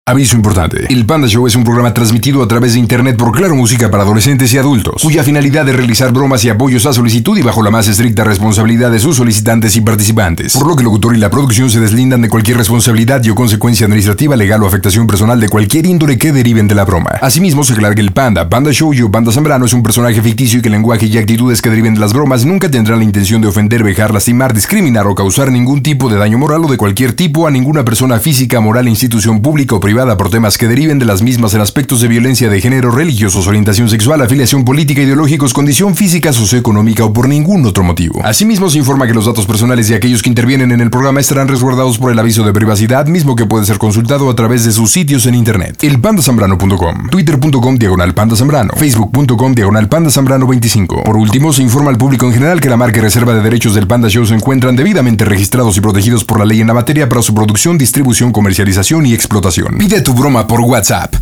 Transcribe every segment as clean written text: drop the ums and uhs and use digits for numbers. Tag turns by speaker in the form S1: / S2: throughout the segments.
S1: Aviso importante. El Panda Show es un programa transmitido a través de internet por Claro Música para adolescentes y adultos, cuya finalidad es realizar bromas y apoyos a solicitud y bajo la más estricta responsabilidad de sus solicitantes y participantes, por lo que el locutor y la producción se deslindan de cualquier responsabilidad y o consecuencia administrativa, legal o afectación personal de cualquier índole que deriven de la broma. Asimismo, se aclara que el Panda Show o Panda Zambrano es un personaje ficticio y que el lenguaje y actitudes que deriven de las bromas nunca tendrán la intención de ofender, vejar, lastimar, discriminar o causar ningún tipo de daño moral o de cualquier tipo a ninguna persona física, moral, institución pública o privada por temas que deriven de las mismas en aspectos de violencia de género, religiosos, orientación sexual, afiliación política, ideológicos, condición física, socioeconómica o por ningún otro motivo. Asimismo, se informa que los datos personales de aquellos que intervienen en el programa estarán resguardados por el aviso de privacidad, mismo que puede ser consultado a través de sus sitios en internet. Elpandasambrano.com, twitter.com/pandazambrano, facebook.com/pandazambrano25. Por último, se informa al público en general que la marca y reserva de derechos del Panda Show se encuentran debidamente registrados y protegidos por la ley en la materia para su producción, distribución, comercialización y explotación. Pide tu broma por WhatsApp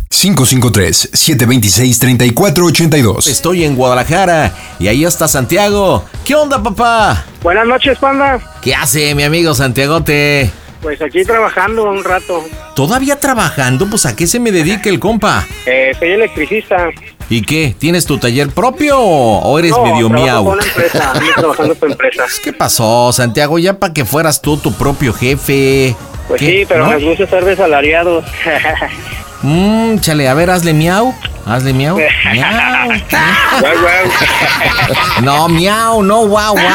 S1: 553-726-3482.
S2: Estoy en Guadalajara y ahí está Santiago. ¿Qué onda, papá?
S3: Buenas noches, Panda.
S2: ¿Qué hace mi amigo Santiagote?
S3: Pues aquí trabajando un rato.
S2: ¿Todavía trabajando? Pues ¿a qué se me dedica el compa?
S3: Soy electricista.
S2: ¿Y qué? ¿Tienes tu taller propio o eres medio miau?
S3: No, estoy trabajando para empresa.
S2: ¿Qué pasó, Santiago? Ya para que fueras tú tu propio jefe.
S3: Pues
S2: ¿Qué?
S3: sí, pero
S2: ¿no?
S3: nos gusta estar desalariados.
S2: Chale, a ver, hazle miau. Hazle miau. Miau.
S3: Guau, guau.
S2: No, miau, no, guau, guau.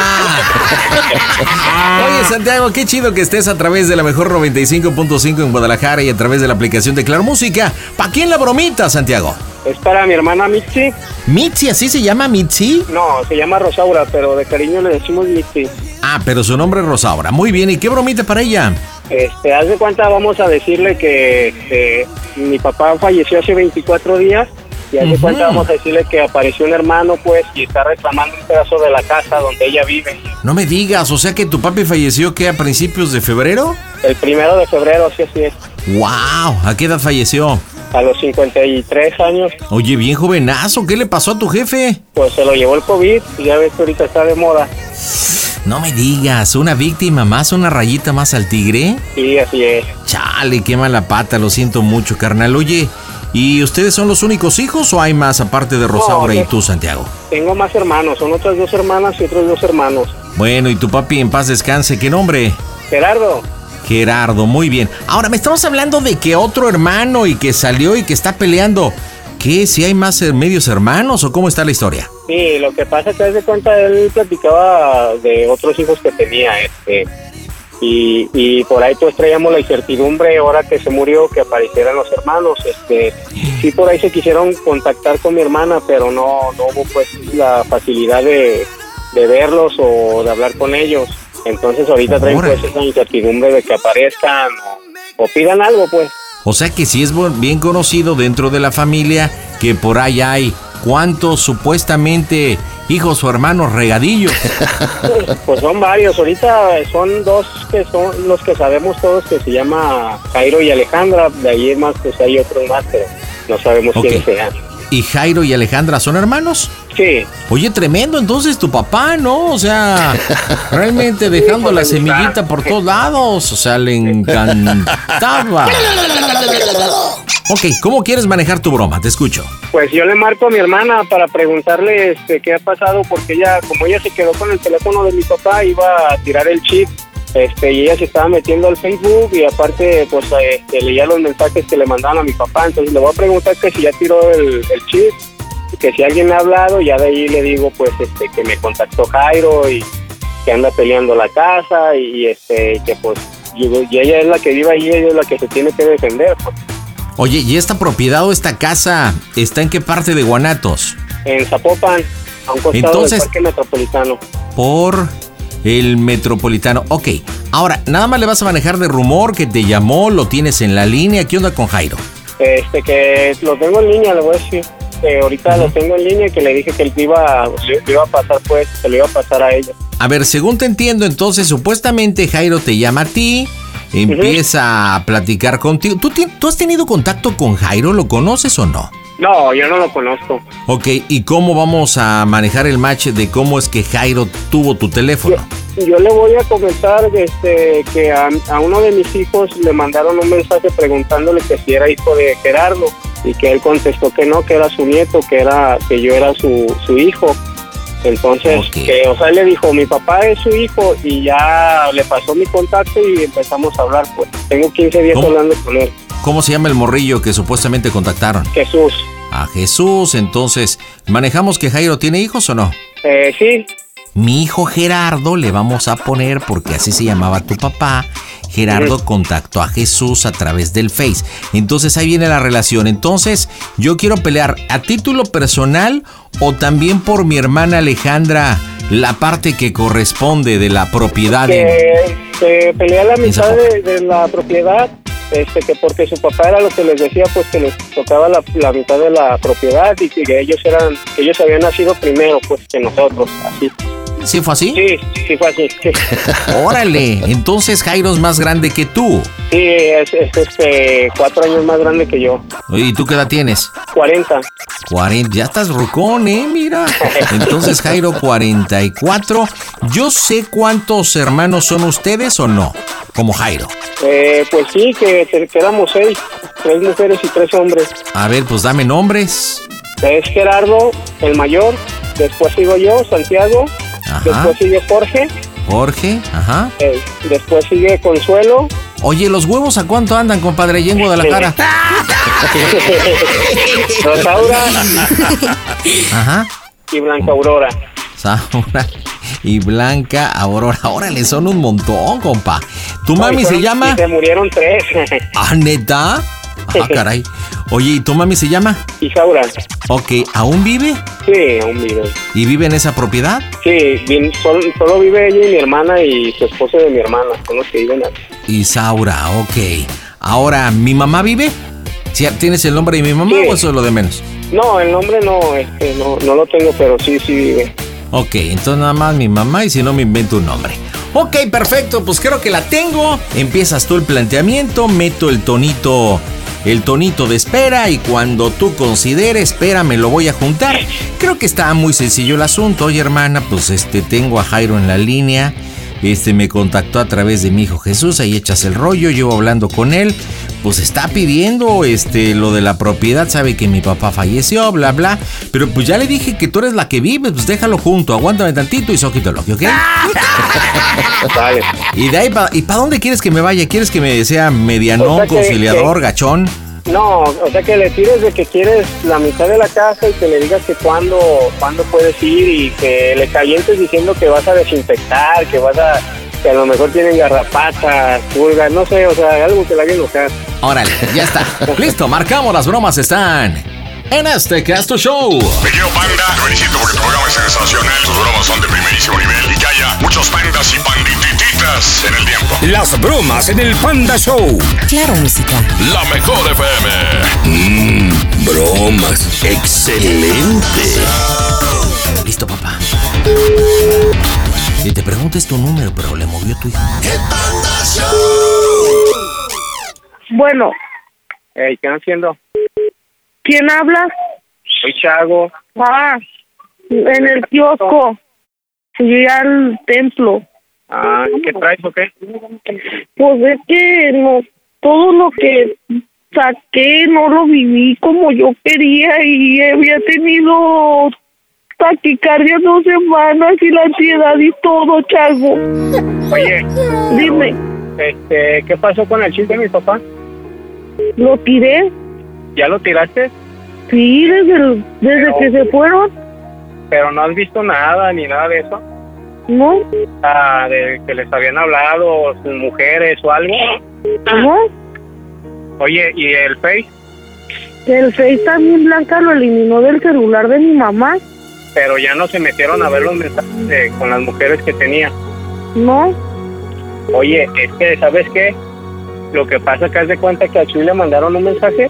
S2: Oye, Santiago, qué chido que estés a través de la mejor 95.5 en Guadalajara y a través de la aplicación de Claro Música. ¿Para quién la bromita, Santiago?
S3: Es para mi hermana Mitzi.
S2: ¿Mitzi? ¿Así se llama Mitzi?
S3: No, se llama Rosaura, pero de cariño le decimos Mitzi.
S2: Ah, pero su nombre es Rosaura. Muy bien, ¿y qué bromita para ella?
S3: Haz de cuenta, vamos a decirle que mi papá falleció hace 24 días. Y haz de cuenta, vamos a decirle que apareció un hermano, pues, y está reclamando un pedazo de la casa donde ella vive.
S2: No me digas, o sea que tu papi falleció, ¿qué? ¿A principios de febrero?
S3: El 1 de febrero, sí, así es.
S2: ¡Wow! ¿A qué edad falleció?
S3: A los 53 años.
S2: Oye, bien jovenazo, ¿qué le pasó a tu jefe?
S3: Pues se lo llevó el COVID, y ya ves que ahorita está de moda.
S2: No me digas, ¿una víctima más, una rayita más al tigre?
S3: Sí, así es.
S2: Chale, qué mala pata, lo siento mucho, carnal. Oye, ¿y ustedes son los únicos hijos o hay más aparte de Rosaura y tú, Santiago?
S3: Tengo más hermanos, son otras 2 hermanas y otros 2 hermanos.
S2: Bueno, y tu papi en paz descanse, ¿qué nombre?
S3: Gerardo.
S2: Gerardo, muy bien. Ahora, me estamos hablando de que otro hermano y que salió y que está peleando. ¿Qué? ¿Si hay más medios hermanos o cómo está la historia?
S3: Sí, lo que pasa es que, haz de cuenta, él platicaba de otros hijos que tenía, y por ahí pues traíamos la incertidumbre ahora que se murió, que aparecieran los hermanos. Sí, por ahí se quisieron contactar con mi hermana, pero no hubo pues la facilidad de verlos o de hablar con ellos. Entonces ahorita traen pues esa incertidumbre de que aparezcan o pidan algo, pues.
S2: O sea que sí es bien conocido dentro de la familia que por ahí hay ¿cuántos supuestamente hijos o hermanos regadillos?
S3: Pues son varios, ahorita son 2 que son los que sabemos todos, que se llama Jairo y Alejandra. De ahí más pues hay otros más, pero no sabemos quiénes sean.
S2: ¿Y Jairo y Alejandra son hermanos?
S3: Sí.
S2: Oye, tremendo, entonces tu papá, ¿no? O sea, realmente dejando la semillita por todos lados, o sea, le encantaba. Ok, ¿cómo quieres manejar tu broma? Te escucho.
S3: Pues yo le marco a mi hermana para preguntarle qué ha pasado, porque como ella se quedó con el teléfono de mi papá, iba a tirar el chip. Y ella se estaba metiendo al Facebook y aparte pues leía los mensajes que le mandaban a mi papá. Entonces le voy a preguntar que si ya tiró el chip, que si alguien me ha hablado. Ya de ahí le digo pues que me contactó Jairo y que anda peleando la casa y que pues y ella es la que vive ahí, ella es la que se tiene que defender, pues.
S2: Oye, ¿y esta propiedad o esta casa está en qué parte de Guanatos?
S3: En Zapopan, a un costado del Parque Metropolitano.
S2: Por el Metropolitano. Ok, ahora, nada más le vas a manejar de rumor que te llamó, lo tienes en la línea. ¿Qué onda con Jairo?
S3: Que lo tengo en línea, le voy a decir. Ahorita lo tengo en línea y que le dije que le iba a pasar, pues, se lo iba a pasar a ella.
S2: A ver, según te entiendo, entonces, supuestamente Jairo te llama a ti, empieza a platicar contigo. ¿Tú has tenido contacto con Jairo? ¿Lo conoces o no?
S3: No, yo no lo conozco.
S2: Ok, ¿y cómo vamos a manejar el match de cómo es que Jairo tuvo tu teléfono?
S3: Yo le voy a comentar que a uno de mis hijos le mandaron un mensaje preguntándole que si era hijo de Gerardo y que él contestó que no, que era su nieto, que yo era su hijo. Entonces, o sea, él le dijo, mi papá es su hijo, y ya le pasó mi contacto y empezamos a hablar. Pues tengo 15 días hablando con él.
S2: ¿Cómo se llama el morrillo que supuestamente contactaron?
S3: Jesús.
S2: A Jesús. Entonces, ¿manejamos que Jairo tiene hijos o no?
S3: Sí.
S2: Mi hijo Gerardo le vamos a poner, porque así se llamaba tu papá. Gerardo contactó a Jesús a través del Face. Entonces ahí viene la relación. Entonces yo quiero pelear a título personal o también por mi hermana Alejandra, la parte que corresponde de la propiedad.
S3: Que pelea la mitad de la propiedad, que porque su papá era lo que les decía, pues que les tocaba la mitad de la propiedad y que ellos habían nacido primero, pues, que nosotros, así.
S2: ¿Sí fue así?
S3: Sí fue así, sí.
S2: Órale, entonces Jairo es más grande que tú.
S3: Sí, es 4 años más grande que yo.
S2: ¿Y tú qué edad tienes?
S3: 40.
S2: 40, ya estás rucón, mira. Entonces Jairo, 44. Yo sé cuántos hermanos son ustedes o no, como Jairo.
S3: Pues sí, que éramos 6, 3 mujeres y 3 hombres.
S2: A ver, pues dame nombres.
S3: Es Gerardo, el mayor, después sigo yo, Santiago.
S2: Ajá.
S3: Después sigue Jorge.
S2: Jorge, ajá.
S3: Después sigue Consuelo.
S2: Oye, ¿los huevos a cuánto andan, compadre, allá en Guadalajara?
S3: Rosaura.
S2: Ajá.
S3: Y Blanca Aurora.
S2: Saura y Blanca Aurora. Órale, son un montón, compa. ¿Tu mami se llama?
S3: Y se murieron 3.
S2: ¿Ah, neta? Ah, caray. Oye, ¿y tu mami se llama?
S3: Isaura.
S2: Ok, ¿aún vive?
S3: Sí, aún vive.
S2: ¿Y vive en esa propiedad?
S3: Sí, solo vive ella y mi hermana y su esposo de mi hermana, son los que viven aquí.
S2: Isaura, ok. Ahora, ¿mi mamá vive? ¿Tienes el nombre de mi mamá o eso es lo de menos?
S3: No, el nombre no lo tengo, pero sí vive.
S2: Ok, entonces nada más mi mamá y si no me invento un nombre. Ok, perfecto, pues creo que la tengo. Empiezas tú el planteamiento, meto el tonito de espera y cuando tú consideres, espera, me lo voy a juntar. Creo que está muy sencillo el asunto. Oye, hermana, pues tengo a Jairo en la línea. Me contactó a través de mi hijo Jesús, ahí echas el rollo, llevo hablando con él, pues está pidiendo lo de la propiedad, sabe que mi papá falleció, bla bla, pero pues ya le dije que tú eres la que vive, pues déjalo junto, aguántame tantito y sóquito lo que, ¿ok?
S3: Vale.
S2: Y de ahí, ¿y para dónde quieres que me vaya? ¿Quieres que me sea medianón, conciliador, gachón?
S3: No, o sea que le tires de que quieres la mitad de la casa y que le digas que cuándo puedes ir y que le calientes diciendo que vas a desinfectar, que a lo mejor tienen garrapatas, pulgas, no sé, o sea, algo que la haga enojar.
S2: Órale, ya está. Listo, marcamos, las bromas están en este Casto Show.
S4: Me quiero Panda, te felicito porque tu programa es sensacional, tus bromas son de primerísimo nivel y que haya muchos pandas y pandititas en el tiempo.
S5: Las bromas en el Panda Show.
S6: Claro, música.
S4: La mejor FM.
S5: Bromas. Excelente.
S2: Listo, papá. Y te preguntes tu número, pero le movió tu hijo.
S7: Bueno.
S3: ¿Qué están haciendo?
S7: ¿Quién habla?
S3: Soy Chago.
S7: Ah, en el kiosco. Llegué al templo.
S3: Ah, ¿qué traes o qué?
S7: Pues es que no, todo lo que saqué no lo viví como yo quería y había tenido taquicardia 2 semanas y la ansiedad y todo, Chago.
S3: Oye.
S7: Dime.
S3: ¿Qué pasó con el chip de mi papá?
S7: ¿Lo tiré?
S3: ¿Ya lo tiraste?
S7: Sí, desde que se fueron.
S3: Pero no has visto nada ni nada de eso.
S7: ¿No?
S3: De que les habían hablado sus mujeres o algo.
S7: ¿No?
S3: Oye, ¿y el Face?
S7: El Face también, Blanca lo eliminó del celular de mi mamá.
S3: Pero ya no se metieron a ver los mensajes con las mujeres que tenía.
S7: ¿No?
S3: Oye, es que, ¿sabes qué? Lo que pasa es que haz de cuenta que a Chuy le mandaron un mensaje.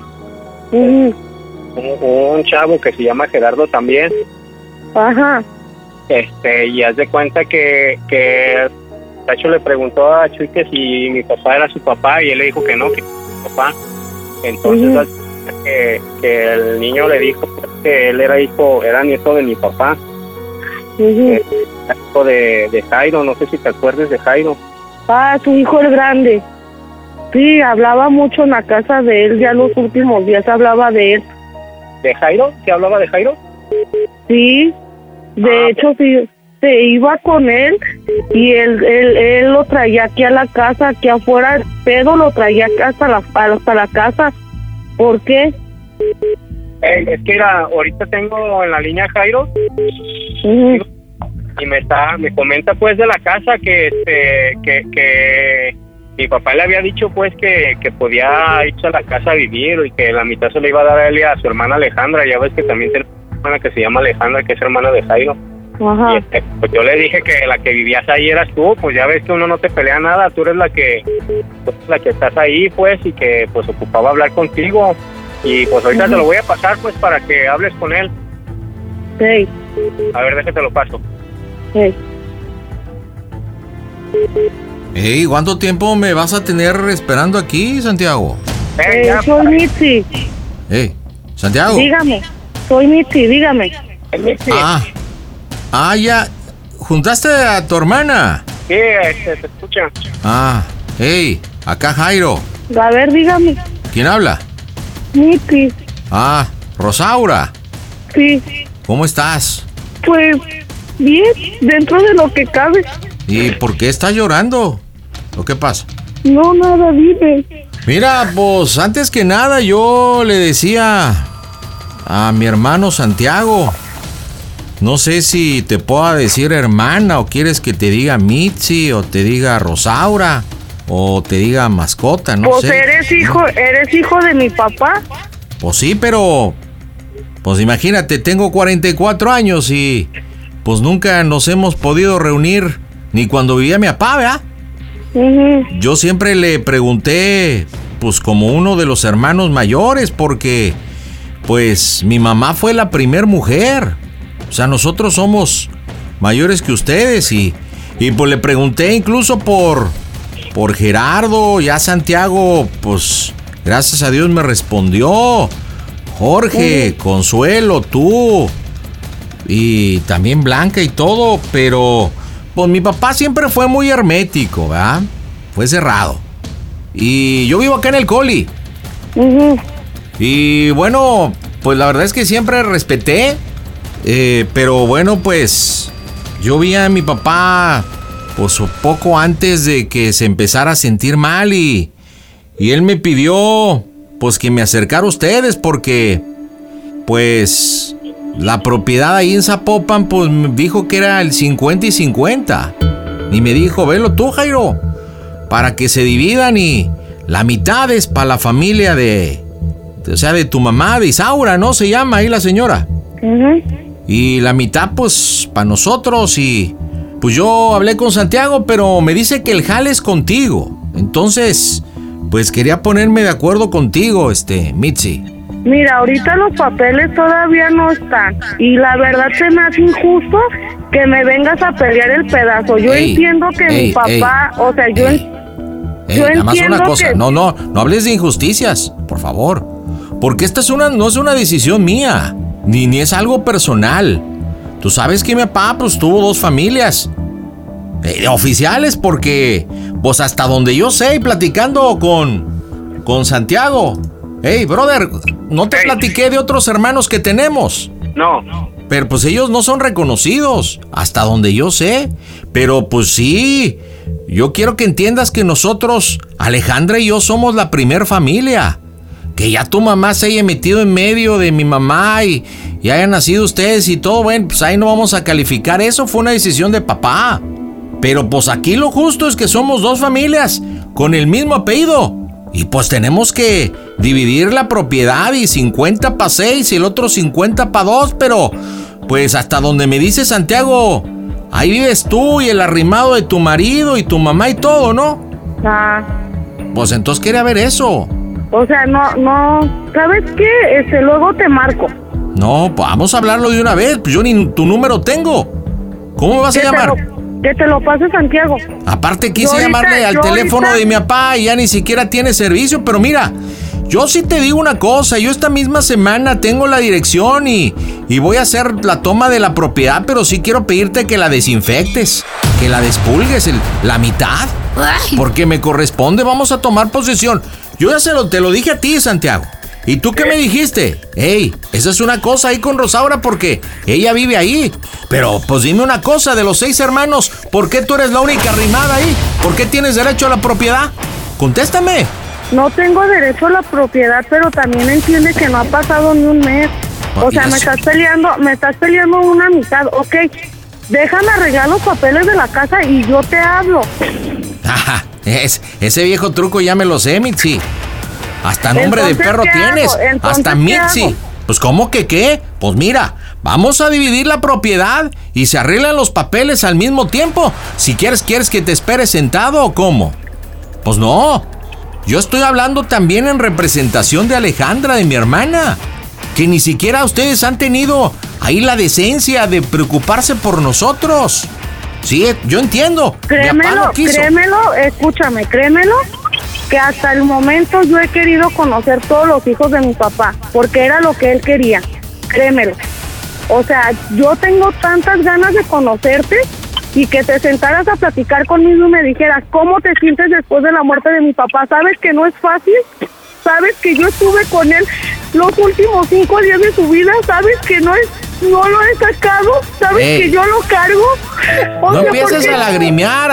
S3: Un chavo que se llama Gerardo también.
S7: Ajá.
S3: Y haz de cuenta que Tacho le preguntó a Chuy que si mi papá era su papá y él le dijo que no, que era su papá. Entonces que el niño le dijo que él era nieto de mi papá. Hijo de Jairo, no sé si te acuerdas de Jairo.
S7: Ah, su hijo el grande. Sí, hablaba mucho en la casa de él, ya los últimos días hablaba de él.
S3: ¿De Jairo? ¿Se hablaba de Jairo?
S7: Sí, de hecho sí, se iba con él y él lo traía aquí a la casa, aquí afuera, pero lo traía hasta la casa. ¿Por qué?
S3: Es que ahorita tengo en la línea Jairo y me comenta pues de la casa que mi papá le había dicho pues que podía irse a la casa a vivir y que la mitad se le iba a dar a él y a su hermana Alejandra. Ya ves que también tiene una hermana que se llama Alejandra, que es hermana de Jairo.
S7: Ajá.
S3: Y pues yo le dije que la que vivías ahí eras tú, pues ya ves que uno no te pelea nada, tú eres la que estás ahí pues, y que pues ocupaba hablar contigo. Y pues ahorita te lo voy a pasar pues para que hables con él.
S7: Sí.
S3: A ver, déjate lo paso.
S7: Sí.
S2: Hey, ¿cuánto tiempo me vas a tener esperando aquí, Santiago?
S3: Ya,
S7: Soy Mitzi.
S2: Hey, Santiago.
S7: Dígame. Soy Mitzi, dígame.
S3: Sí,
S2: Ya. ¿Juntaste a tu hermana?
S3: sí, se escucha.
S2: Hey, acá Jairo.
S7: A ver, dígame.
S2: ¿Quién habla?
S7: Mitzi.
S2: Rosaura.
S7: Sí.
S2: ¿Cómo estás?
S7: Pues bien, dentro de lo que cabe.
S2: ¿Y por qué estás llorando? ¿O qué pasa?
S7: No, nada, dime.
S2: Mira, pues antes que nada yo le decía a mi hermano Santiago, no sé si te puedo decir hermana o quieres que te diga Mitzi o te diga Rosaura o te diga mascota, no
S7: Pues
S2: sé.
S7: eres hijo de mi papá.
S2: Pues sí, pero pues imagínate, tengo 44 años y pues nunca nos hemos podido reunir ni cuando vivía mi papá, ¿verdad? Yo siempre le pregunté, pues como uno de los hermanos mayores, porque pues mi mamá fue la primer mujer. O sea, nosotros somos mayores que ustedes y pues le pregunté incluso por Gerardo, ya Santiago, pues gracias a Dios me respondió. Jorge, Consuelo, tú y también Blanca y todo, pero pues mi papá siempre fue muy hermético, ¿verdad? Fue cerrado. Y yo vivo acá en el Coli. Y bueno, pues la verdad es que siempre respeté. Pero bueno, pues yo vi a mi papá pues poco antes de que se empezara a sentir mal y él me pidió pues que me acercara a ustedes porque pues la propiedad ahí en Zapopan pues me dijo que era el 50 y 50 y me dijo, velo tú, Jairo, para que se dividan y la mitad es para la familia de tu mamá, de Isaura, ¿no? Se llama ahí la señora. Y la mitad pues para nosotros y pues yo hablé con Santiago, pero me dice que el jale es contigo. Entonces, pues quería ponerme de acuerdo contigo, Mitzi.
S7: Mira, ahorita los papeles todavía no están y la verdad se me hace injusto que me vengas a pelear el pedazo. Yo entiendo que mi papá, o sea, yo
S2: nada más
S7: entiendo
S2: una cosa,
S7: que...
S2: no hables de injusticias, por favor. Porque esta no es una decisión mía, ni es algo personal. Tú sabes que mi papá pues tuvo 2 familias oficiales porque pues hasta donde yo sé y platicando con Santiago. Hey, brother, no te platiqué de otros hermanos que tenemos.
S3: No.
S2: Pero pues ellos no son reconocidos, hasta donde yo sé. Pero pues sí, yo quiero que entiendas que nosotros, Alejandra y yo, somos la primer familia. Que ya tu mamá se haya metido en medio de mi mamá y hayan nacido ustedes y todo, bueno, pues ahí no vamos a calificar. Eso fue una decisión de papá. Pero pues aquí lo justo es que somos 2 familias con el mismo apellido. Y pues tenemos que dividir la propiedad y 50 para 6 y el otro 50 para 2, pero pues hasta donde me dice Santiago, ahí vives tú y el arrimado de tu marido y tu mamá y todo, ¿no? Pues entonces quería ver eso.
S7: O sea, no, ¿sabes qué? Luego te marco.
S2: No, pues vamos a hablarlo de una vez, pues yo ni tu número tengo. ¿Cómo me vas a llamar?
S7: Que te lo pase Santiago.
S2: Aparte quise llamarle al teléfono de mi papá y ya ni siquiera tiene servicio, pero mira, yo sí te digo una cosa, yo esta misma semana tengo la dirección y voy a hacer la toma de la propiedad, pero sí quiero pedirte que la desinfectes, que la despulgues la mitad, porque me corresponde, vamos a tomar posesión. Yo ya te lo dije a ti, Santiago. ¿Y tú qué me dijiste? Ey, esa es una cosa ahí con Rosaura porque ella vive ahí. Pero pues dime una cosa, de los 6 hermanos, ¿por qué tú eres la única arrimada ahí? ¿Por qué tienes derecho a la propiedad? Contéstame.
S7: No tengo derecho a la propiedad, pero también entiende que no ha pasado ni un mes. O sea, me estás peleando una mitad. Ok, déjame arreglar los papeles de la casa y yo te hablo.
S2: Ajá, ese viejo truco ya me lo sé, Mitzi. Hasta nombre de perro tienes. Hasta Mitzi. Pues ¿cómo que qué? Pues mira, vamos a dividir la propiedad y se arreglan los papeles al mismo tiempo. Si ¿quieres que te espere sentado o cómo? Pues no. Yo estoy hablando también en representación de Alejandra, de mi hermana. Que ni siquiera ustedes han tenido ahí la decencia de preocuparse por nosotros. Sí, yo entiendo.
S7: Créemelo, escúchame, créemelo, que hasta el momento yo he querido conocer todos los hijos de mi papá, porque era lo que él quería, créemelo. O sea, yo tengo tantas ganas de conocerte y que te sentaras a platicar conmigo y me dijeras cómo te sientes después de la muerte de mi papá. ¿Sabes que no es fácil? ¿Sabes que yo estuve con él los últimos 5 días de su vida? ¿Sabes que no lo he sacado? ¿Sabes que yo lo cargo?
S2: No empieces a lagrimear,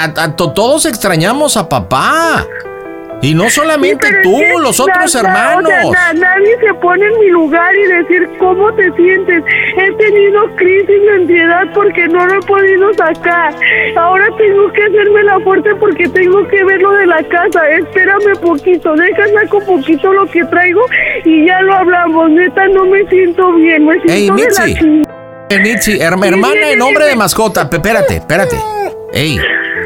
S2: todos extrañamos a papá. Y no solamente tú, los otros hermanos.
S7: O sea, nadie se pone en mi lugar y decir cómo te sientes. He tenido crisis de ansiedad porque no lo he podido sacar. Ahora tengo que hacerme la fuerte porque tengo que ver lo de la casa. Espérame poquito, déjame con poquito lo que traigo y ya lo hablamos. Neta, no me siento bien, me siento de la chingada.
S2: Mitzi, hermana en nombre de mascota. Espérate. Ey,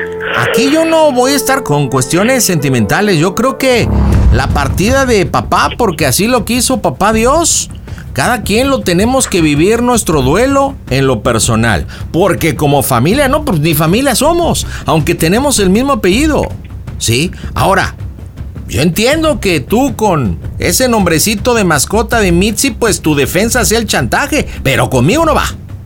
S2: aquí yo no voy a estar con cuestiones sentimentales. Yo creo que la partida de papá, porque así lo quiso papá Dios, cada quien lo tenemos que vivir nuestro duelo en lo personal. Porque como familia, no, pues ni familia somos, aunque tenemos el mismo apellido. ¿Sí? Ahora, yo entiendo que tú con ese nombrecito de mascota de Mitzi, pues tu defensa sea el chantaje, pero conmigo no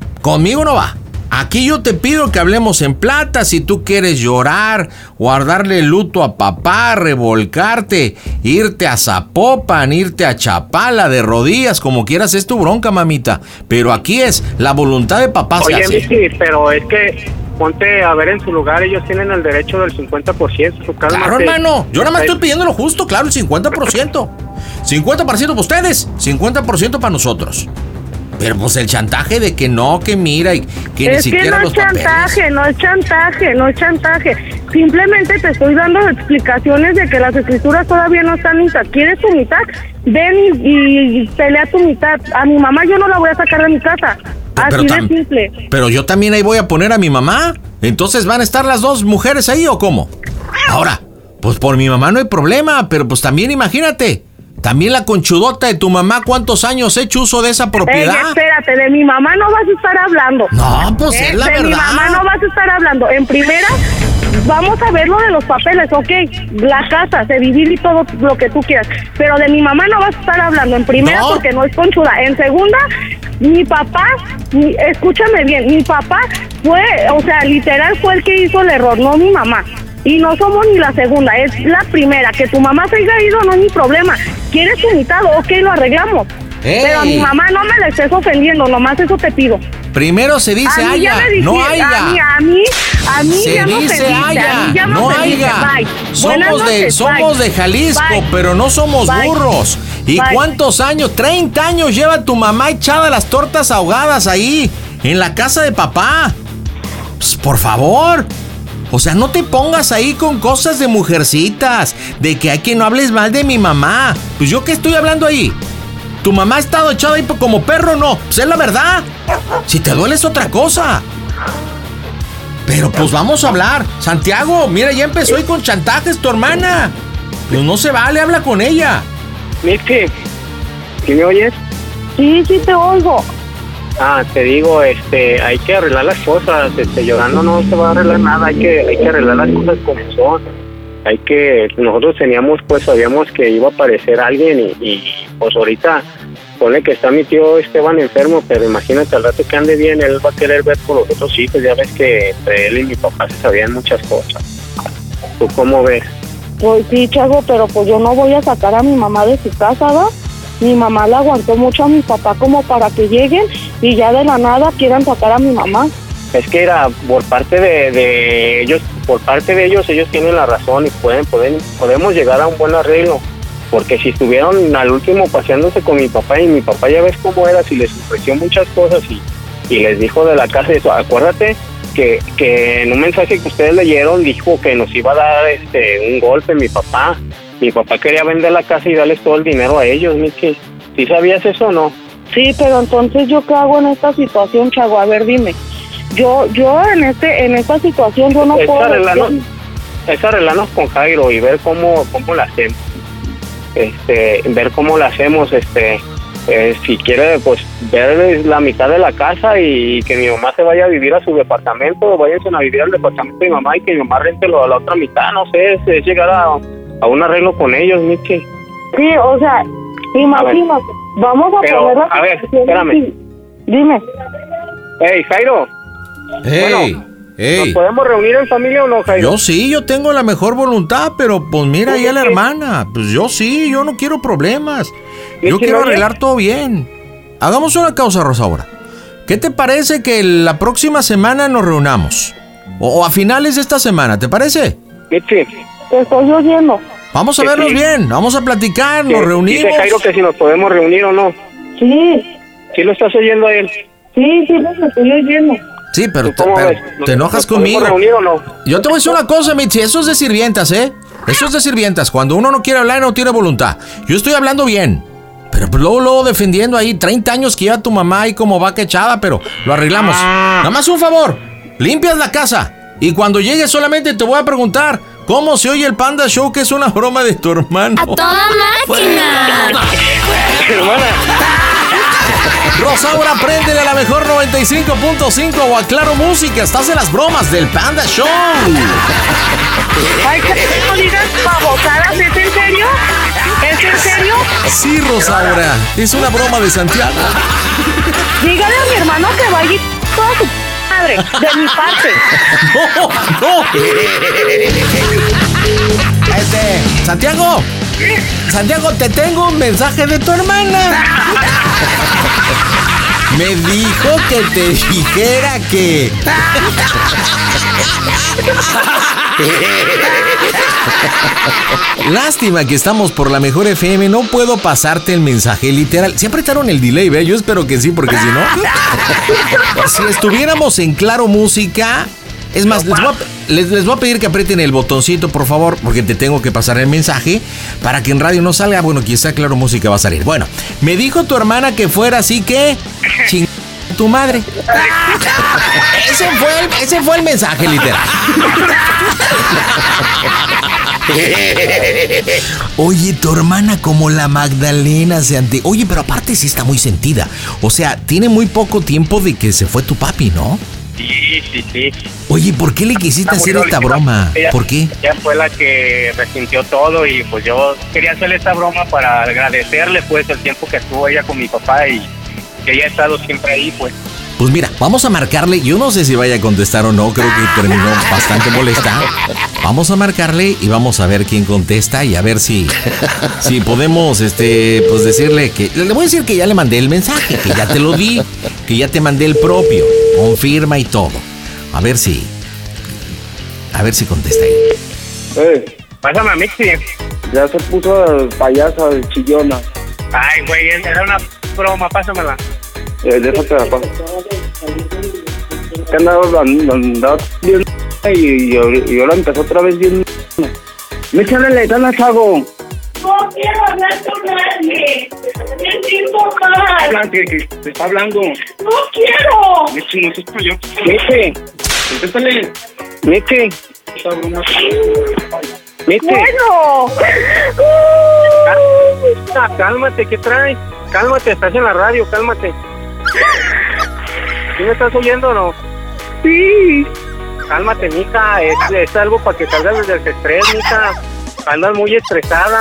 S2: va. Aquí yo te pido que hablemos en plata. Si tú quieres llorar, guardarle luto a papá, revolcarte, irte a Zapopan, irte a Chapala de rodillas, como quieras, es tu bronca, mamita. Pero aquí es la voluntad de papá.
S3: Oye, Miki, pero es que ponte a ver en su lugar, ellos tienen el derecho del 50%.
S2: Claro, hermano, yo nada más estoy pidiendo lo justo, claro, el 50%. 50% para ustedes, 50% para nosotros. Pero pues el chantaje de que no, que mira, y que ni siquiera los papeles.
S7: No es chantaje. Simplemente te estoy dando explicaciones de que las escrituras todavía no están listas. ¿Quieres tu mitad? Ven y pelea tu mitad. A mi mamá yo no la voy a sacar de mi casa. Así de simple.
S2: Pero yo también ahí voy a poner a mi mamá. Entonces, ¿van a estar las dos mujeres ahí o cómo? Ahora, pues por mi mamá no hay problema, pero pues también imagínate. También la conchudota de tu mamá, ¿cuántos años he hecho uso de esa propiedad?
S7: Espérate, de mi mamá no vas a estar hablando.
S2: No, pues es la verdad.
S7: De mi mamá no vas a estar hablando. En primera, vamos a ver lo de los papeles, ok. La casa, se divide y todo lo que tú quieras. Pero de mi mamá no vas a estar hablando. En primera, no, porque no es conchuda. En segunda, mi papá, escúchame bien, mi papá fue, o sea, literal fue el que hizo el error, no mi mamá. Y no somos ni la segunda, es la primera. Que tu mamá se haya ido no es mi problema. ¿Quieres tu mitad? Ok, lo arreglamos. ¡Ey! Pero a mi mamá no me la estés ofendiendo, nomás eso te pido.
S2: Primero se dice haya, no haya.
S7: A mí
S2: se
S7: ya
S2: dice haya, no haya. Somos de Jalisco, bye. Pero no somos burros. ¿Y cuántos años? 30 años lleva tu mamá echada las tortas ahogadas ahí, en la casa de papá. Pues, por favor. O sea, no te pongas ahí con cosas de mujercitas, de que hay que no hables mal de mi mamá. Pues yo qué estoy hablando ahí. ¿Tu mamá ha estado echada ahí como perro? No, pues es la verdad. Si te duele es otra cosa. Pero pues vamos a hablar. Santiago, mira, ya empezó ahí con chantajes tu hermana. Pues no se vale, habla con ella.
S3: Miki, ¿sí me oyes?
S7: Sí, te oigo.
S3: Te digo, hay que arreglar las cosas, llorando no se va a arreglar nada, hay que arreglar las cosas como son. nosotros teníamos, pues sabíamos que iba a aparecer alguien y pues ahorita pone que está mi tío Esteban enfermo, pero imagínate al rato que ande bien, él va a querer ver por los otros hijos, ya ves que entre él y mi papá se sabían muchas cosas. ¿Tú cómo ves?
S7: Pues sí, Chago, pero pues yo no voy a sacar a mi mamá de su casa, ¿va? Mi mamá le aguantó mucho a mi papá como para que lleguen y ya de la nada quieran sacar a mi mamá.
S3: Es que era por parte de ellos, ellos tienen la razón y podemos llegar a un buen arreglo. Porque si estuvieron al último paseándose con mi papá y mi papá ya ves cómo era, si les ofreció muchas cosas y les dijo de la casa eso, acuérdate que en un mensaje que ustedes leyeron dijo que nos iba a dar un golpe mi papá. Mi papá quería vender la casa y darles todo el dinero a ellos, Michi. ¿Sí sabías eso o no?
S7: Sí, pero entonces ¿yo qué hago en esta situación, Chago? A ver, dime. Yo en esta situación yo no puedo...
S3: Es arreglarnos con Jairo y ver cómo la hacemos. Ver cómo la hacemos, si quiere, pues ver la mitad de la casa y que mi mamá se vaya a vivir a su departamento, váyanse a vivir al departamento de mi mamá y que mi mamá rente a la otra mitad, no sé, es llegar a un arreglo con ellos, Michi.
S7: Sí, o sea, imagínate, vamos a ponerla...
S3: A ver, espérame.
S7: Dime.
S3: Hey, Jairo. Bueno, ¿nos podemos reunir en familia o no, Jairo?
S2: Yo sí, yo tengo la mejor voluntad, pero pues mira ahí a la hermana. Pues yo sí, yo no quiero problemas. Yo quiero arreglar todo bien. Hagamos una cosa, Rosaura. ¿Qué te parece que la próxima semana nos reunamos? O a finales de esta semana, ¿te parece?
S3: Sí.
S7: Te estoy oyendo.
S2: Vamos a vernos bien, vamos a platicar, nos reunimos.
S3: Dice Jairo que si nos podemos reunir o no.
S7: Sí.
S3: ¿Sí lo estás oyendo a él?
S7: Sí, lo estoy oyendo.
S2: Sí, pero te enojas
S3: ¿nos
S2: conmigo.
S3: podemos reunir o no?
S2: Yo te voy a decir una cosa, Michi, eso es de sirvientas, ¿eh? Eso es de sirvientas, cuando uno no quiere hablar y no tiene voluntad. Yo estoy hablando bien, pero pues luego defendiendo ahí 30 años que lleva tu mamá ahí como vaca echada, pero lo arreglamos. Nada más un favor, limpias la casa y cuando llegues solamente te voy a preguntar cómo se oye el Panda Show, que es una broma de tu hermano.
S6: ¡A toda máquina!
S3: Hermana.
S2: Rosaura, préndele a la mejor 95.5 o a Claro Música. Estás en las bromas del Panda Show.
S7: Ay, que no digas babosadas, ¿es en serio? ¿Es en serio?
S2: Sí, Rosaura, es una broma de Santiago.
S7: Dígale a mi hermano que vaya toda su madre, de mi parte.
S2: No. Santiago, te tengo un mensaje de tu hermana. Me dijo que te dijera que... Lástima que estamos por la mejor FM, no puedo pasarte el mensaje literal. ¿Sí apretaron el delay, ve? Yo espero que sí, porque si no... Si estuviéramos en Claro Música... Es más, les voy a pedir que aprieten el botoncito, por favor, porque te tengo que pasar el mensaje para que en radio no salga. Bueno, quizá Claro Música va a salir. Bueno, me dijo tu hermana que fuera así que... Ching... tu madre. Ese fue el mensaje literal. Oye, tu hermana como la Magdalena Oye, pero aparte sí está muy sentida. O sea, tiene muy poco tiempo de que se fue tu papi, ¿no?
S3: Sí.
S2: Oye, ¿por qué le quisiste hacer esta broma? ¿Por qué?
S3: Ella fue la que resintió todo y pues yo quería hacerle esta broma para agradecerle pues el tiempo que estuvo ella con mi papá y que ella ha estado siempre ahí pues.
S2: Pues mira, vamos a marcarle. Yo no sé si vaya a contestar o no. Creo que terminó bastante molesta. Vamos a marcarle y vamos a ver quién contesta y a ver si podemos, pues decirle que... Le voy a decir que ya le mandé el mensaje, que ya te lo di, que ya te mandé el propio. Confirma y todo. A ver si contesta ahí.
S3: Pásame a Mixi.
S8: Ya se puso payasa, chillona.
S3: Ay, güey, era una broma, pásamela.
S8: Déjate la paz. Que andaba bien y ahora empezó otra vez bien. Me echan le ganas, Chago.
S7: No quiero hablar con nadie. Me siento mal.
S8: Que te está hablando.
S7: No quiero.
S8: Meche, no seas yo. Meche, contéstale. Meche. Esa broma. Meche.
S7: Bueno.
S3: Cálmate, ¿qué traes? Cálmate, estás en la radio, cálmate. ¿Sí me estás oyendo o no?
S7: Sí.
S3: Cálmate, mija, es algo para que salgas del estrés, mija. Andas muy estresada.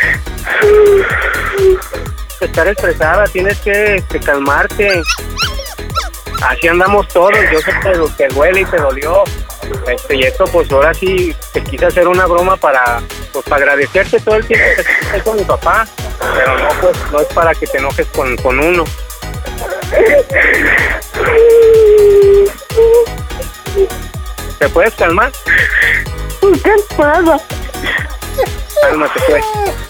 S3: Estar estresada, tienes que calmarte. Así andamos todos, yo sé que te duele y te dolió. Y esto pues ahora sí te quise hacer una broma para agradecerte todo el tiempo que estás con mi papá, pero no, pues no es para que te enojes con uno. ¿Te puedes calmar?
S7: ¿Qué pasa?
S3: Cálmate, pues.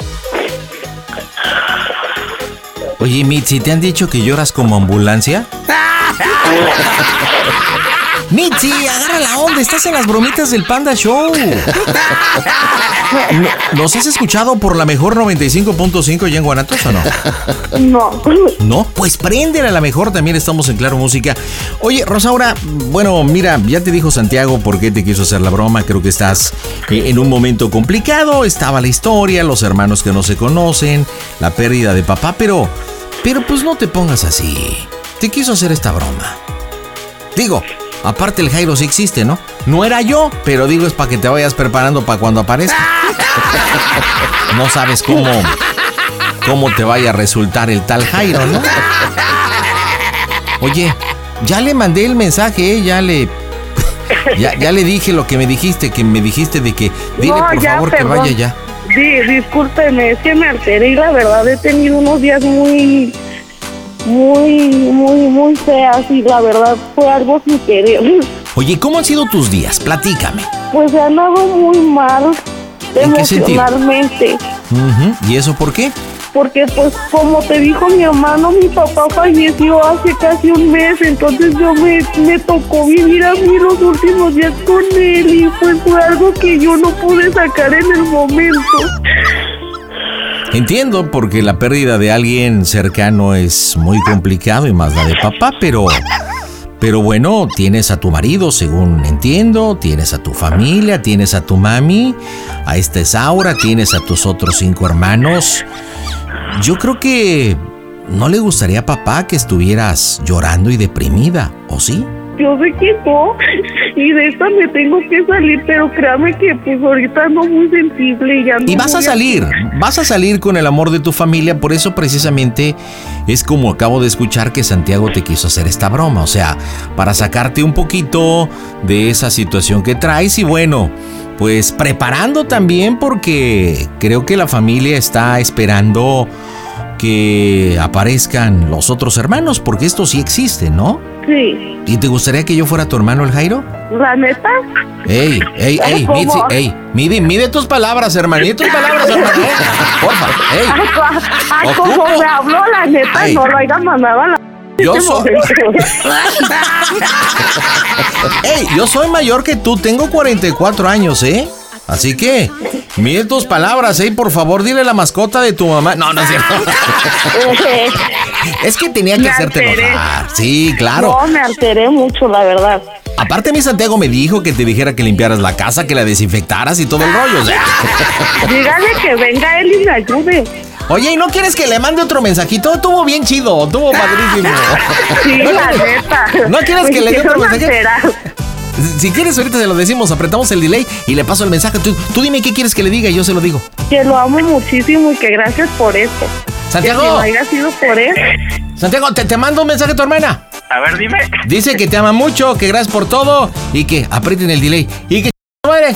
S2: Oye, Mitzi, ¿te han dicho que lloras como ambulancia? Mitzi, agarra la onda, estás en las bromitas del Panda Show. ¿Nos has escuchado por la mejor 95.5 ya en Guanatos o no?
S7: No.
S2: ¿No? Pues préndele a la mejor, también estamos en Claro Música. Oye, Rosaura, bueno, mira, ya te dijo Santiago por qué te quiso hacer la broma. Creo que estás en un momento complicado. Estaba la historia, los hermanos que no se conocen, la pérdida de papá, pero pues no te pongas así. Te quiso hacer esta broma. Digo, aparte el Jairo sí existe, ¿no? No era yo, pero digo es para que te vayas preparando para cuando aparezca. No sabes cómo te vaya a resultar el tal Jairo, ¿no? Oye, ya le mandé el mensaje, ya le dije lo que me dijiste de que dile
S7: No,
S2: por
S7: ya,
S2: favor
S7: perdón.
S2: que vaya ya.
S7: Sí, discúlpeme, es que me alteré y la verdad he tenido unos días muy feas y la verdad fue algo sin querer.
S2: Oye, ¿cómo han sido tus días? Platícame.
S7: Pues he andado muy mal
S2: ¿En qué sentido?
S7: emocionalmente.
S2: ¿Y eso por qué?
S7: Porque pues como te dijo mi hermano, mi papá falleció hace casi un mes, entonces yo me tocó vivir a mí los últimos días con él y pues fue algo que yo no pude sacar en el momento.
S2: Entiendo, porque la pérdida de alguien cercano es muy complicado y más la de papá, pero bueno, tienes a tu marido, según entiendo, tienes a tu familia, tienes a tu mami, a esta Isaura, tienes a tus otros 5 hermanos. Yo creo que no le gustaría a papá que estuvieras llorando y deprimida, ¿o sí?
S7: Yo sé que no, y de esta me tengo que salir, pero créame que pues ahorita ando muy sensible y ya no.
S2: Y vas a salir con el amor de tu familia, por eso precisamente es como acabo de escuchar que Santiago te quiso hacer esta broma, o sea, para sacarte un poquito de esa situación que traes y bueno, pues preparando también porque creo que la familia está esperando que aparezcan los otros hermanos, porque esto sí existe, ¿no?
S7: Sí.
S2: ¿Y te gustaría que yo fuera tu hermano el Jairo?
S7: ¿La neta?
S2: Ey,
S7: ¿Cómo?
S2: Mitzi, ey, mide tus palabras, hermanito, tus palabras, hermano, porfa, ey.
S7: Como me habló, la neta,
S2: Ey.
S7: no lo haya mandado a la...
S2: Yo soy mayor que tú, tengo 44 años, ¿eh? Así que, mide tus palabras, por favor, dile la mascota de tu mamá. No, no es cierto. Es que tenía que hacerte enojar. Sí, claro.
S7: No, me alteré mucho, la verdad.
S2: Aparte, mi Santiago me dijo que te dijera que limpiaras la casa, que la desinfectaras y todo el rollo, o sea.
S7: Dígale que venga él y me ayude.
S2: Oye, ¿y no quieres que le mande otro mensajito? Estuvo bien chido, estuvo padrísimo.
S7: Sí, la neta.
S2: ¿No quieres que le dé otro mensaje?
S7: Alterar.
S2: Si quieres, ahorita se lo decimos, apretamos el delay y le paso el mensaje. Tú dime qué quieres que le diga y yo se lo digo.
S7: Que lo amo muchísimo y que gracias por esto.
S2: Santiago.
S7: Que si no haya sido por él.
S2: Santiago, te mando un mensaje a tu hermana.
S3: A ver, dime.
S2: Dice que te ama mucho, que gracias por todo y que aprieten el delay. Y que madre.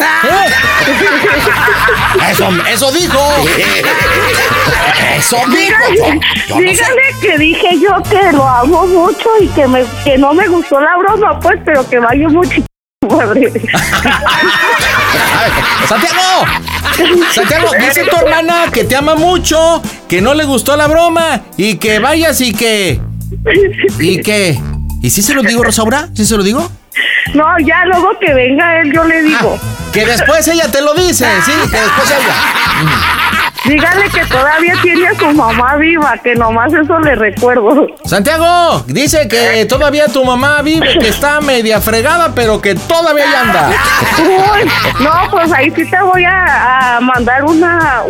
S2: Eso dijo. Eso dijo. Yo no sé.
S7: Dígale que dije yo que lo amo mucho y que no me gustó la broma, pues, pero que vaya mucho. Madre.
S2: Santiago, dice tu hermana que te ama mucho, que no le gustó la broma y que vayas y que... ¿Y si se lo digo, Rosaura? ¿Sí se lo digo?
S7: No, ya luego que venga él yo le digo.
S2: Que después ella te lo dice, sí, que después ella.
S7: Dígale que todavía tiene a su mamá viva, que nomás eso le recuerdo.
S2: Santiago, dice que todavía tu mamá vive, que está media fregada, pero que todavía ahí anda.
S7: Uy, no, pues ahí sí te voy a mandar una...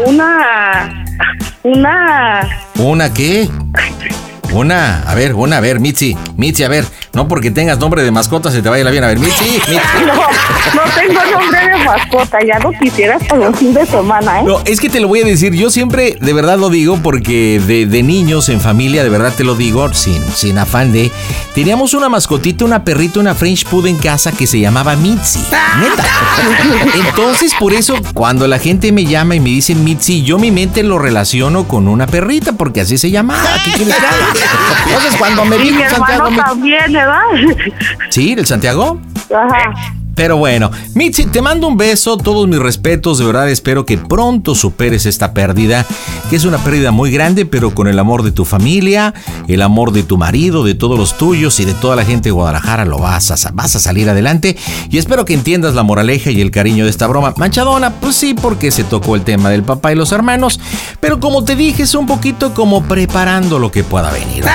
S2: ¿Una qué? A ver, Mitzi, a ver, No porque tengas nombre de mascota se te vaya la bien. A ver, Mitzi.
S7: No tengo nombre de mascota, ya lo quisieras para un fin de semana, ¿eh?
S2: No, es que te lo voy a decir, yo siempre de verdad lo digo porque de niños en familia, de verdad te lo digo, sin afán de... Teníamos una mascotita, una perrita, una French Poodle en casa que se llamaba Mitzi, neta. Entonces, por eso, cuando la gente me llama y me dice Mitzi, yo mi mente lo relaciono con una perrita, porque así se llamaba. ¿Qué quieres que haga? Entonces, cuando me dijo
S7: mi
S2: Santiago...
S7: hermano también, ¿verdad?
S2: ¿Sí? ¿El Santiago?
S7: Ajá.
S2: Pero bueno, Mitzi, te mando un beso, todos mis respetos, de verdad espero que pronto superes esta pérdida, que es una pérdida muy grande, pero con el amor de tu familia, el amor de tu marido, de todos los tuyos y de toda la gente de Guadalajara lo vas a salir adelante, y espero que entiendas la moraleja y el cariño de esta broma. Manchadona, pues sí, porque se tocó el tema del papá y los hermanos, pero como te dije, es un poquito como preparando lo que pueda venir,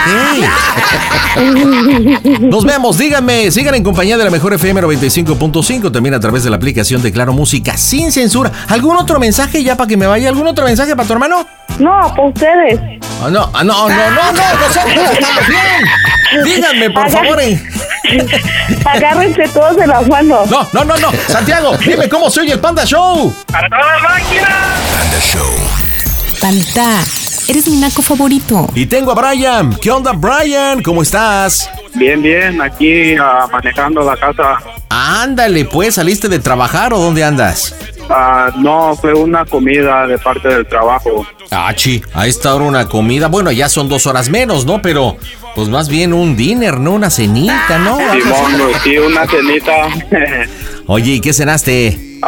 S2: ¿ok? Nos vemos, díganme, sigan en compañía de la mejor FM 95.5, también a través de la aplicación de Claro Música sin censura. ¿Algún otro mensaje ya para que me vaya? ¿Algún otro mensaje para tu hermano?
S7: No, para ustedes.
S2: No, nosotros estamos bien. Díganme, por favor.
S7: Agárrense todos de las manos.
S2: No. Santiago, dime cómo se oye el Panda Show.
S3: ¡A toda máquina!
S5: Panda Show.
S6: Panda, eres mi naco favorito.
S2: Y tengo a Brian. ¿Qué onda, Brian? ¿Cómo estás?
S3: Bien, aquí manejando la casa.
S2: Ándale, pues, ¿saliste de trabajar o dónde andas?
S3: No, fue una comida de parte del trabajo.
S2: A esta hora una comida. Bueno, ya son 2 horas menos, ¿no? Pero, pues más bien un dinner, ¿no? Una cenita, ¿no?
S3: Simón, sí, una cenita.
S2: Oye, ¿y qué cenaste?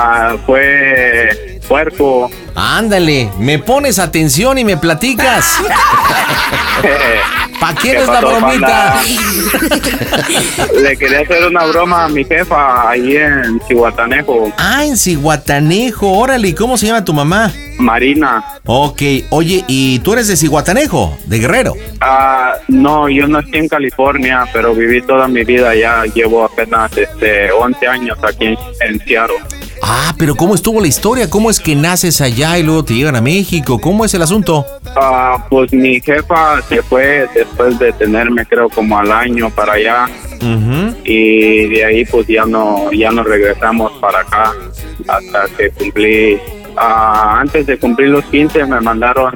S3: Fue puerco.
S2: Ándale, me pones atención y me platicas. ¿Pa' quién es la
S3: pasó,
S2: bromita?
S3: Le quería hacer una broma a mi jefa ahí en Zihuatanejo.
S2: En Zihuatanejo, órale, ¿y cómo se llama tu mamá?
S3: Marina.
S2: Ok, oye, ¿y tú eres de Zihuatanejo, de Guerrero?
S3: No, yo nací en California, pero viví toda mi vida allá. Llevo apenas 11 años aquí en Seattle.
S2: Pero ¿cómo estuvo la historia? ¿Cómo es que naces allá y luego te llegan a México? ¿Cómo es el asunto?
S3: Pues mi jefa se fue después de tenerme, creo, como al año para allá. Uh-huh. Y de ahí pues ya no regresamos para acá hasta que cumplí. Antes de cumplir los 15 me mandaron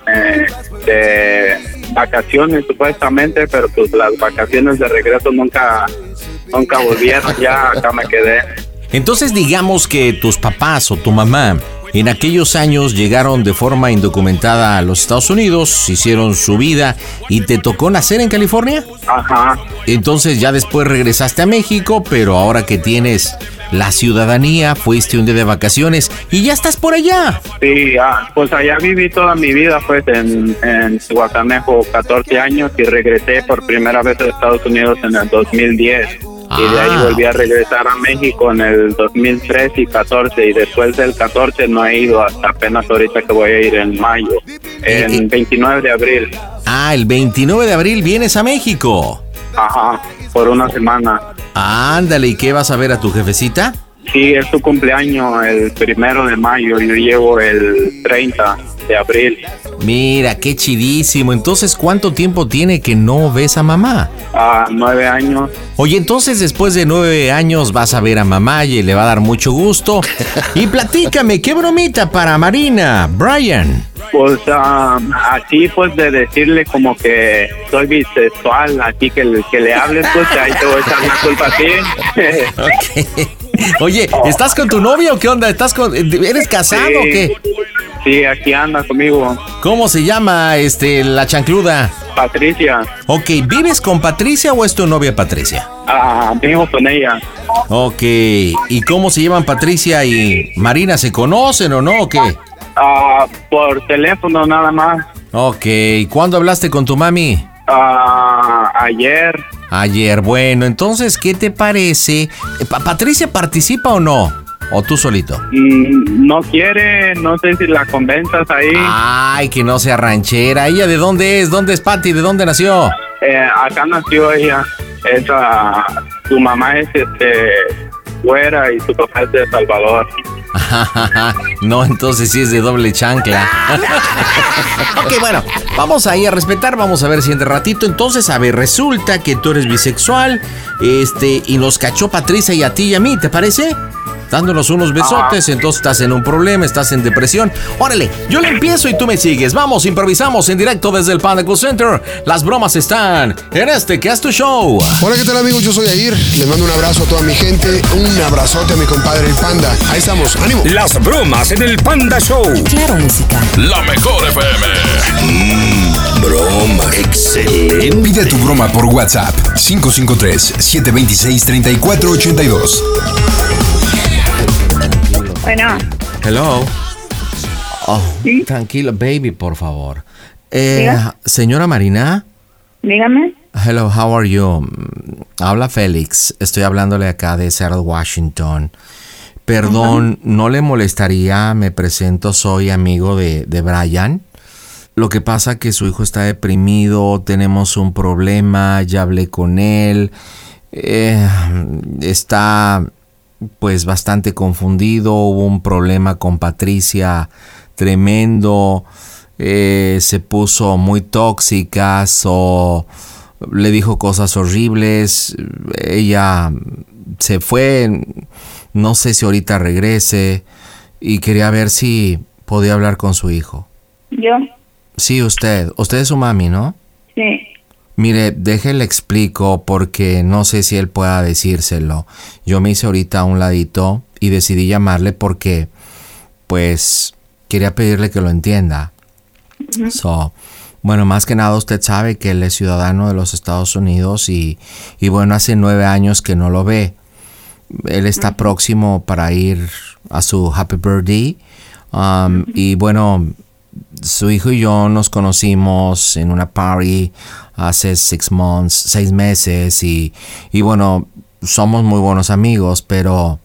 S3: de vacaciones supuestamente, pero pues las vacaciones de regreso nunca volvieron. Ya acá me quedé.
S2: Entonces digamos que tus papás o tu mamá en aquellos años llegaron de forma indocumentada a los Estados Unidos, hicieron su vida y te tocó nacer en California.
S3: Ajá.
S2: Entonces ya después regresaste a México, pero ahora que tienes la ciudadanía, fuiste un día de vacaciones y ya estás por allá.
S3: Sí, pues allá viví toda mi vida, pues en Zihuatanejo 14 años y regresé por primera vez a Estados Unidos en el 2010. Y de ahí volví a regresar a México en el 2013 y 14 y después del 14 no he ido hasta apenas ahorita que voy a ir en mayo, el 29 de abril.
S2: El 29 de abril vienes a México.
S3: Ajá, por una semana.
S2: Ándale, ¿y qué vas a ver a tu jefecita?
S3: Sí, es su cumpleaños el 1 de mayo, yo llego el 30 de abril.
S2: Mira, qué chidísimo. Entonces, ¿cuánto tiempo tiene que no ves a mamá?
S3: 9 años.
S2: Oye, entonces después de 9 años vas a ver a mamá y le va a dar mucho gusto. Y platícame, ¿qué bromita para Marina, Brian?
S3: Pues así pues de decirle como que soy bisexual, así que le hables, pues ahí te voy a echar la culpa a ti.
S2: Ok. Oye, ¿estás con tu novia o qué onda? ¿Eres casado o qué?
S3: Sí, aquí anda conmigo.
S2: ¿Cómo se llama la chancluda?
S3: Patricia.
S2: Ok, ¿vives con Patricia o es tu novia Patricia?
S3: Vivo con ella.
S2: Ok, ¿y cómo se llaman Patricia y Marina? ¿Se conocen o no o qué?
S3: Por teléfono nada más.
S2: Ok, ¿cuándo hablaste con tu mami?
S3: Ayer,
S2: bueno, entonces, ¿qué te parece? ¿Patricia participa o no? ¿O tú solito?
S3: No quiere, no sé si la convenzas ahí.
S2: Ay, que no sea ranchera. ¿Ella de dónde es? ¿Dónde es Pati? ¿De dónde nació?
S3: Acá nació ella. Su mamá es güera y su papá es de Salvador.
S2: No, entonces sí es de doble chancla. Ok, bueno, vamos ahí a respetar, vamos a ver si en ratito. Entonces, a ver, resulta que tú eres bisexual, y nos cachó Patricia y a ti y a mí, ¿te parece? Dándonos unos besotes, entonces estás en un problema, estás en depresión. Órale, yo le empiezo y tú me sigues. Vamos, improvisamos en directo desde el Panda Cool Center. Las bromas están en que es tu show.
S9: Hola, ¿qué tal, amigos? Yo soy Yair. Les mando un abrazo a toda mi gente. Un abrazote a mi compadre el Panda. Ahí estamos, ánimo.
S5: Las bromas en el Panda Show.
S6: Claro, música.
S4: La mejor FM.
S5: Broma excelente.
S1: Pide tu broma por WhatsApp 553-726-3482.
S7: Bueno,
S2: Hello. Oh,
S7: ¿sí?
S2: tranquilo, baby, por favor.
S7: Diga.
S2: Señora Marina.
S7: Dígame.
S2: Hello, how are you? Habla Félix. Estoy hablándole acá de Seattle, Washington. Perdón, ¿no le molestaría? Me presento, soy amigo de Brian. Lo que pasa que su hijo está deprimido, tenemos un problema, ya hablé con él. Está pues bastante confundido, hubo un problema con Patricia tremendo, se puso muy tóxica, le dijo cosas horribles, ella se fue, no sé si ahorita regrese, y quería ver si podía hablar con su hijo.
S7: ¿Yo?
S2: Sí, usted es su mami, ¿no?
S7: Sí.
S2: Mire, déjele explico porque no sé si él pueda decírselo. Yo me hice ahorita a un ladito y decidí llamarle porque, pues, quería pedirle que lo entienda. Bueno, más que nada usted sabe que él es ciudadano de los Estados Unidos y bueno, hace 9 años que no lo ve. Él está próximo para ir a su Happy Birthday. Y bueno, su hijo y yo nos conocimos en una party hace 6 meses y bueno, somos muy buenos amigos, pero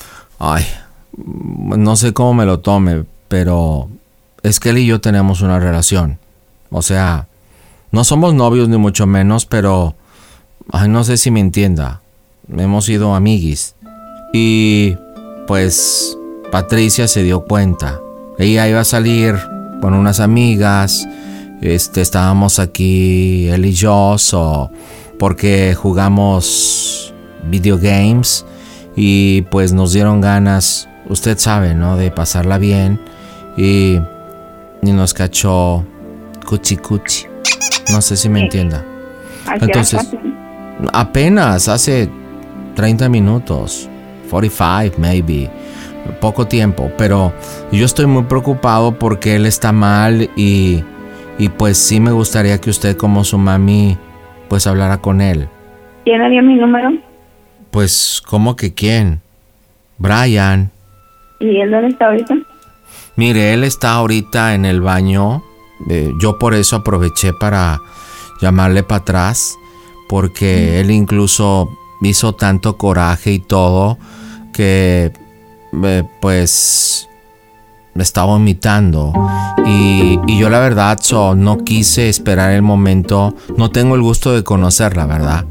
S2: no sé cómo me lo tome, pero es que él y yo tenemos una relación. O sea, no somos novios ni mucho menos, pero no sé si me entienda. Hemos sido amiguis. Y pues Patricia se dio cuenta. Ella iba a salir con unas amigas. Estábamos aquí él y yo, porque jugamos video games y pues nos dieron ganas, usted sabe, ¿no? De pasarla bien y nos cachó cuchi. No sé si me entienda. Entonces, apenas hace 30 minutos, 45 maybe, poco tiempo, pero yo estoy muy preocupado porque él está mal y pues sí me gustaría que usted como su mami pues hablara con él.
S7: ¿Quién le dio mi número?
S2: Pues, ¿cómo que quién? Brian.
S7: ¿Y él dónde está ahorita?
S2: Mire, él está ahorita en el baño. Yo por eso aproveché para llamarle para atrás, porque él incluso hizo tanto coraje y todo que pues me estaba vomitando y yo la verdad no quise esperar el momento. No tengo el gusto de conocerla, ¿verdad?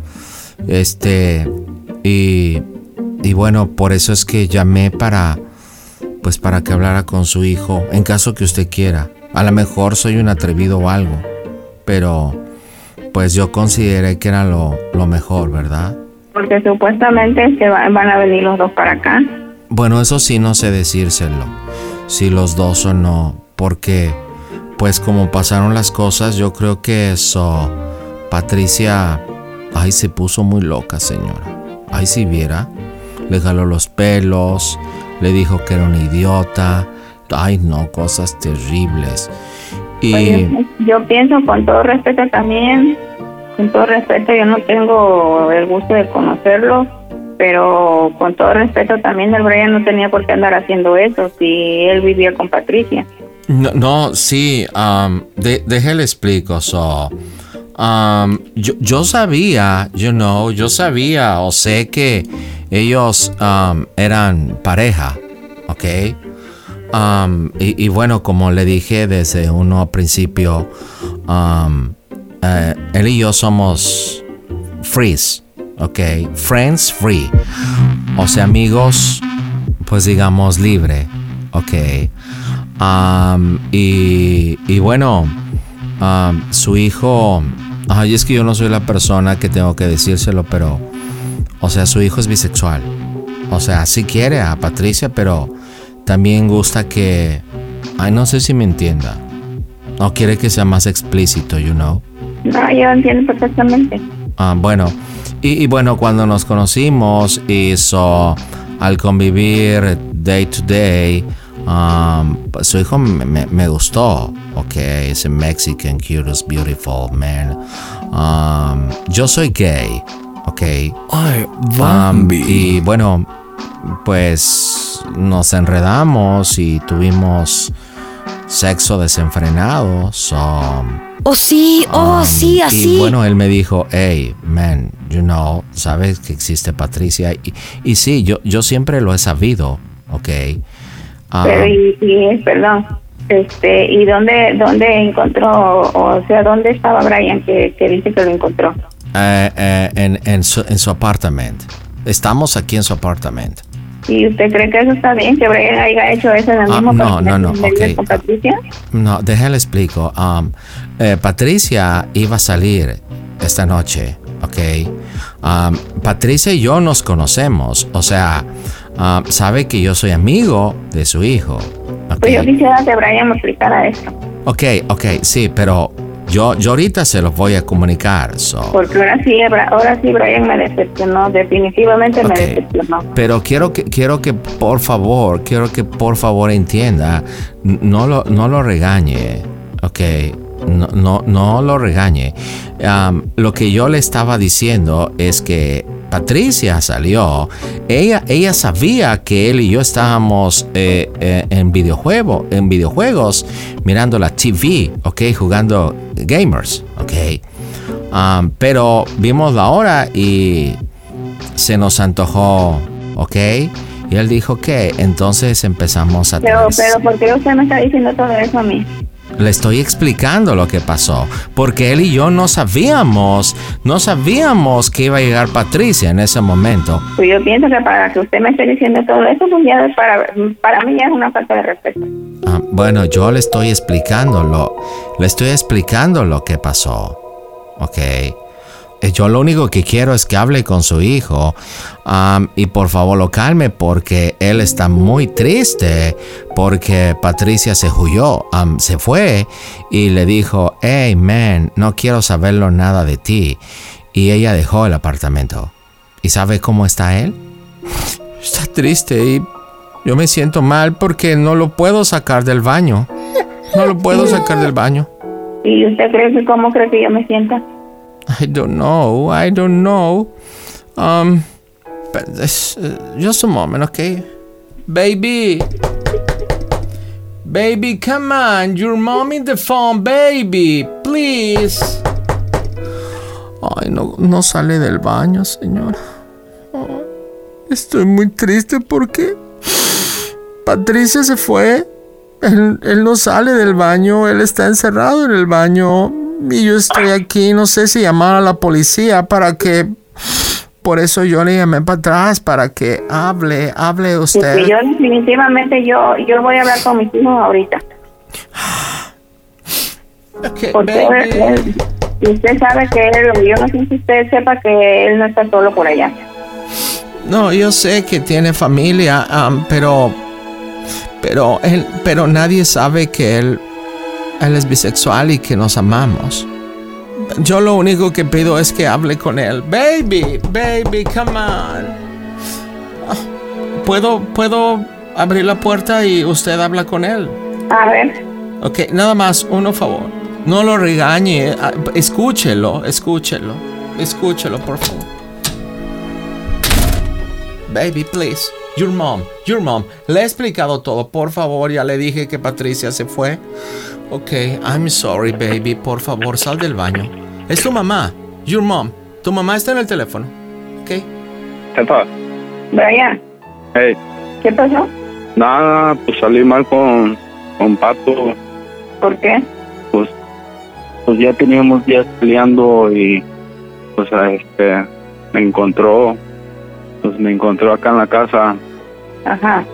S2: Y bueno, por eso es que llamé para que hablara con su hijo, en caso que usted quiera. A lo mejor soy un atrevido o algo, pero pues yo consideré que era lo mejor, ¿verdad?
S7: Porque supuestamente van a venir los dos para acá.
S2: Bueno, eso sí no sé decírselo, si los dos o no, porque pues como pasaron las cosas, yo creo que Patricia, se puso muy loca, señora. Si viera, le jaló los pelos, le dijo que era un idiota. No, cosas terribles. Y
S7: pues yo pienso, con todo respeto también, yo no tengo el gusto de conocerlo, pero con todo respeto también el Brian no tenía por qué andar haciendo eso si él vivía con Patricia.
S2: No, sí, déjale explico. Yo sabía, yo sabía o sé que ellos eran pareja, ¿ok? Y bueno, como le dije desde uno principio, él y yo somos frees, ¿ok? Friends free. O sea, amigos pues digamos, libre, ok. Y bueno, su hijo, ay, es que yo no soy la persona que tengo que decírselo, pero, o sea, su hijo es bisexual. O sea, sí quiere a Patricia, pero también gusta que, ay, no sé si me entienda. No quiere que sea más explícito, you know.
S10: No, yo entiendo perfectamente.
S2: Bueno, y bueno, cuando nos conocimos y al convivir day to day, su hijo me gustó. Ok, es un Mexican, cute, beautiful man. Yo soy gay, ok.
S5: Ay, Bambi.
S2: Y bueno, pues nos enredamos y tuvimos sexo desenfrenado.
S11: Sí, así.
S2: Y bueno, él me dijo, hey, man, you know, sabes que existe Patricia. Y sí, yo siempre lo he sabido, ok.
S10: Pero, perdón, ¿y dónde encontró, o sea, dónde estaba Brian que dice que lo encontró?
S2: En su apartamento. Estamos aquí en su apartamento.
S10: ¿Y usted cree que eso está bien, que Brian haya hecho eso en el mismo
S2: no, ok.
S10: con Patricia?
S2: No, déjale explico. Patricia iba a salir esta noche, ok. Patricia y yo nos conocemos, o sea, sabe que yo soy amigo de su hijo. Okay.
S10: Pues yo quisiera que Brian me explicara esto.
S2: Ok, sí, pero yo ahorita se los voy a comunicar.
S10: Porque ahora sí Brian me decepcionó, definitivamente me decepcionó.
S2: Pero quiero que por favor entienda, no lo regañe, ok. No lo regañe. Lo que yo le estaba diciendo es que Patricia salió. Ella sabía que él y yo estábamos en videojuegos mirando la TV, ok, jugando gamers, ok. Pero vimos la hora y se nos antojó, ok. Y él dijo que entonces empezamos a...
S10: Pero ¿por qué usted me está diciendo todo eso a mí?
S2: Le estoy explicando lo que pasó, porque él y yo no sabíamos que iba a llegar Patricia en ese momento.
S10: Pues yo pienso que para que usted me esté diciendo todo eso, pues ya para mí ya es una falta de respeto.
S2: Bueno, yo le estoy explicando lo que pasó, ok. Yo lo único que quiero es que hable con su hijo y por favor lo calme porque él está muy triste porque Patricia se fue y le dijo, hey man, no quiero saberlo nada de ti. Y ella dejó el apartamento. ¿Y sabe cómo está él? Está triste y yo me siento mal porque no lo puedo sacar del baño.
S10: ¿Y usted cómo cree que yo me sienta?
S2: I don't know. Just a moment, okay? Baby, come on. Your mom in the phone, baby. Please. Ay, no sale del baño, señora. Oh, estoy muy triste porque Patricia se fue. Él no sale del baño. Él está encerrado en el baño. Y yo estoy aquí, no sé si llamar a la policía para que... Por eso yo le llamé para atrás, para que hable usted.
S10: Sí, yo definitivamente, yo voy a hablar con mis hijos ahorita.
S2: Okay,
S10: porque usted sabe que yo no sé si usted sepa que él no está solo por allá.
S2: No, yo sé que tiene familia, pero nadie sabe que él es bisexual y que nos amamos. Yo lo único que pido es que hable con él. Baby, come on. ¿Puedo abrir la puerta y usted habla con él?
S10: A ver.
S2: Ok, nada más, uno favor. No lo regañe. Escúchelo, por favor. Baby, please. Your mom. Le he explicado todo. Por favor, ya le dije que Patricia se fue. Ok, I'm sorry, baby. Por favor, sal del baño. Es tu mamá. Your mom. Tu mamá está en el teléfono. Ok.
S8: Jefa.
S10: Brian.
S8: Hey.
S10: ¿Qué pasó?
S8: Nada, pues salí mal con Pato.
S10: ¿Por qué?
S8: Pues ya teníamos días peleando y pues me encontró acá en la casa.
S10: Ajá.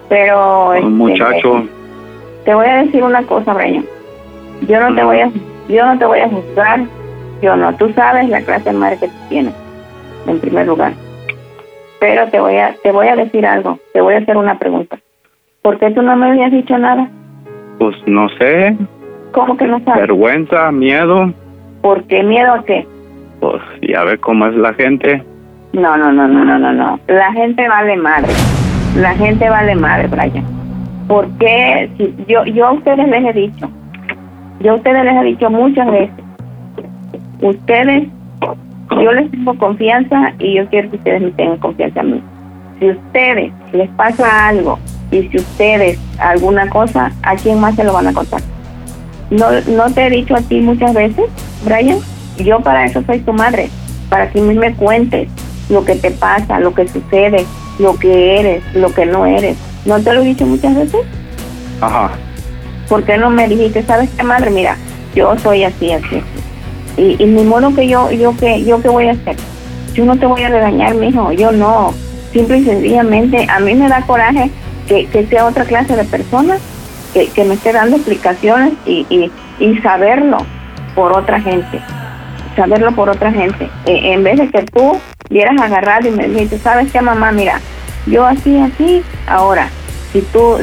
S10: Pero
S8: Un muchacho.
S10: te voy a decir una cosa, Brian. Yo no te voy a juzgar. Yo no. Tú sabes la clase de madre que tú tienes, en primer lugar. Pero te voy a decir algo. Te voy a hacer una pregunta. ¿Por qué tú no me habías dicho nada?
S8: Pues no sé.
S10: ¿Cómo que no sabes?
S8: Vergüenza, miedo.
S10: ¿Por qué? ¿Miedo a qué?
S8: Pues ya ve cómo es la gente.
S10: No. La gente vale madre. La gente vale madre, Brian. ¿Por qué? Si yo a ustedes les he dicho. Yo a ustedes les he dicho muchas veces. Ustedes, yo les tengo confianza y yo quiero que ustedes me tengan confianza a mí. Si a ustedes les pasa algo y si ustedes alguna cosa, ¿a quién más se lo van a contar? ¿No te he dicho a ti muchas veces, Brian? Yo para eso soy tu madre, para que a mí me cuentes lo que te pasa, lo que sucede, lo que eres, lo que no eres. ¿No te lo he dicho muchas veces?
S8: Ajá.
S10: ¿Por qué no me dijiste, sabes qué, madre? Mira, yo soy así. Y ni modo que yo qué voy a hacer. Yo no te voy a regañar, mijo, yo no. Simple y sencillamente, a mí me da coraje que sea otra clase de persona que me esté dando explicaciones y saberlo por otra gente. Saberlo por otra gente. En vez de que tú hubieras agarrado y me dijiste, ¿sabes qué, mamá? Mira, yo así. Ahora, si tú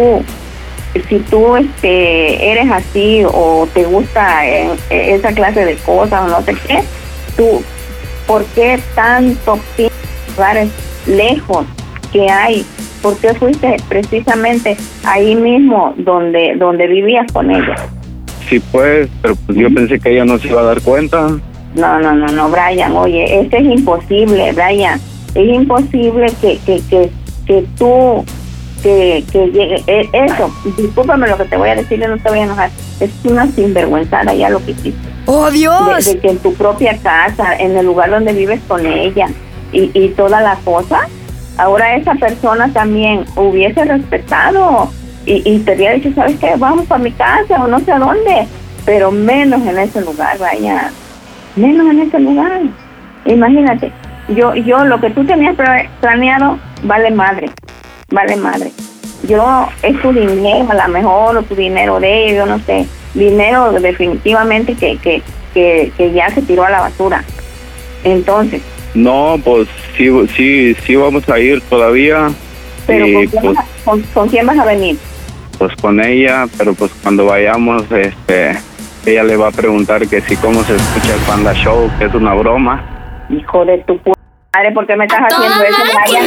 S10: eres así o te gusta esa clase de cosas o no sé qué, tú, ¿por qué tantos lugares lejos que hay? ¿Por qué fuiste precisamente ahí mismo donde vivías con ella?
S8: Sí, pues, pero pues yo pensé que ella no se iba a dar cuenta.
S10: No, Brian, oye, esto es imposible, Brian. Es imposible que tú que llegue eso. Discúlpame lo que te voy a decir, no te voy a enojar. Es una sinvergüenzada ya lo que hiciste.
S11: ¡Oh, Dios!
S10: De que en tu propia casa, en el lugar donde vives con ella y toda la cosa, ahora esa persona también hubiese respetado y te había dicho, ¿sabes qué? Vamos para mi casa o no sé a dónde, pero menos en ese lugar, vaya, menos en ese lugar. Imagínate, yo lo que tú tenías planeado vale madre. Yo, es tu dinero a lo mejor, o tu dinero de ellos, yo no sé, dinero definitivamente que ya se tiró a la basura. Entonces,
S8: no, pues sí vamos a ir todavía.
S10: Pero ¿con quién vas a venir?
S8: Pues con ella, pero pues cuando vayamos, ella le va a preguntar que si cómo se escucha el Panda Show, que es una broma.
S10: Hijo de tu madre, ¿por qué me estás haciendo eso, Brian?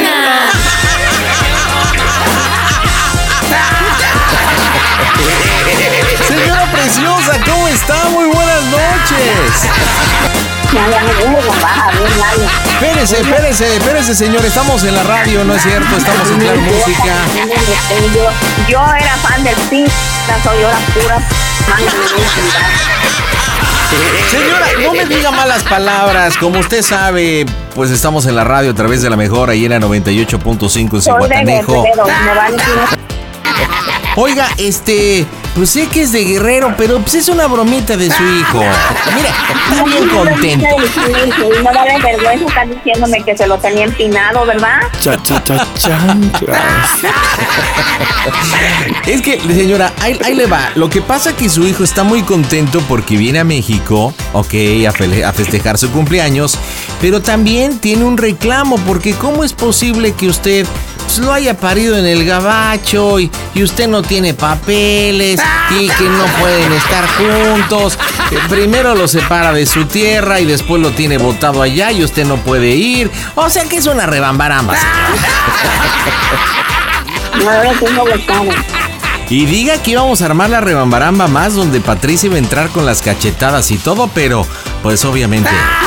S2: Señora preciosa, ¿cómo está? Muy buenas noches. Espérese, señor. Estamos en la radio, ¿no es cierto? Estamos en Clan Música.
S10: Yo era fan del Pink, soy ahora pura.
S2: Señora, no me diga malas palabras. Como usted sabe, pues estamos en la radio a través de la mejor, ahí en la 98.5 en Cihuatanejo. Oiga, pues sé que es de Guerrero, pero pues es una bromita de su hijo. Mira, está bien contento.
S10: Y no vale vergüenza estar diciéndome que se lo tenía empinado, ¿verdad?
S2: Es que, señora, ahí le va. Lo que pasa es que su hijo está muy contento porque viene a México, a festejar su cumpleaños, pero también tiene un reclamo, porque ¿cómo es posible que usted lo haya parido en el gabacho y usted no tiene papeles y que no pueden estar juntos? Primero lo separa de su tierra y después lo tiene botado allá y usted no puede ir. O sea que es una rebambaramba.
S10: No lo tengo botado.
S2: Y diga que íbamos a armar la rebambaramba más, donde Patricia iba a entrar con las cachetadas y todo, pero pues obviamente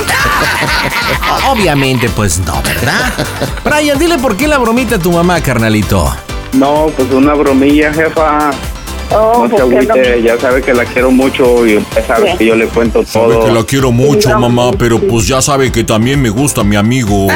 S2: pues no, ¿verdad? Brian, dile por qué la bromita a tu mamá, carnalito.
S8: No, pues una bromilla, jefa. No se agüite, ya sabe que la quiero mucho y usted sabe que yo le cuento todo.
S2: Sabe que la quiero mucho, mamá, pero pues ya sabe que también me gusta mi amigo.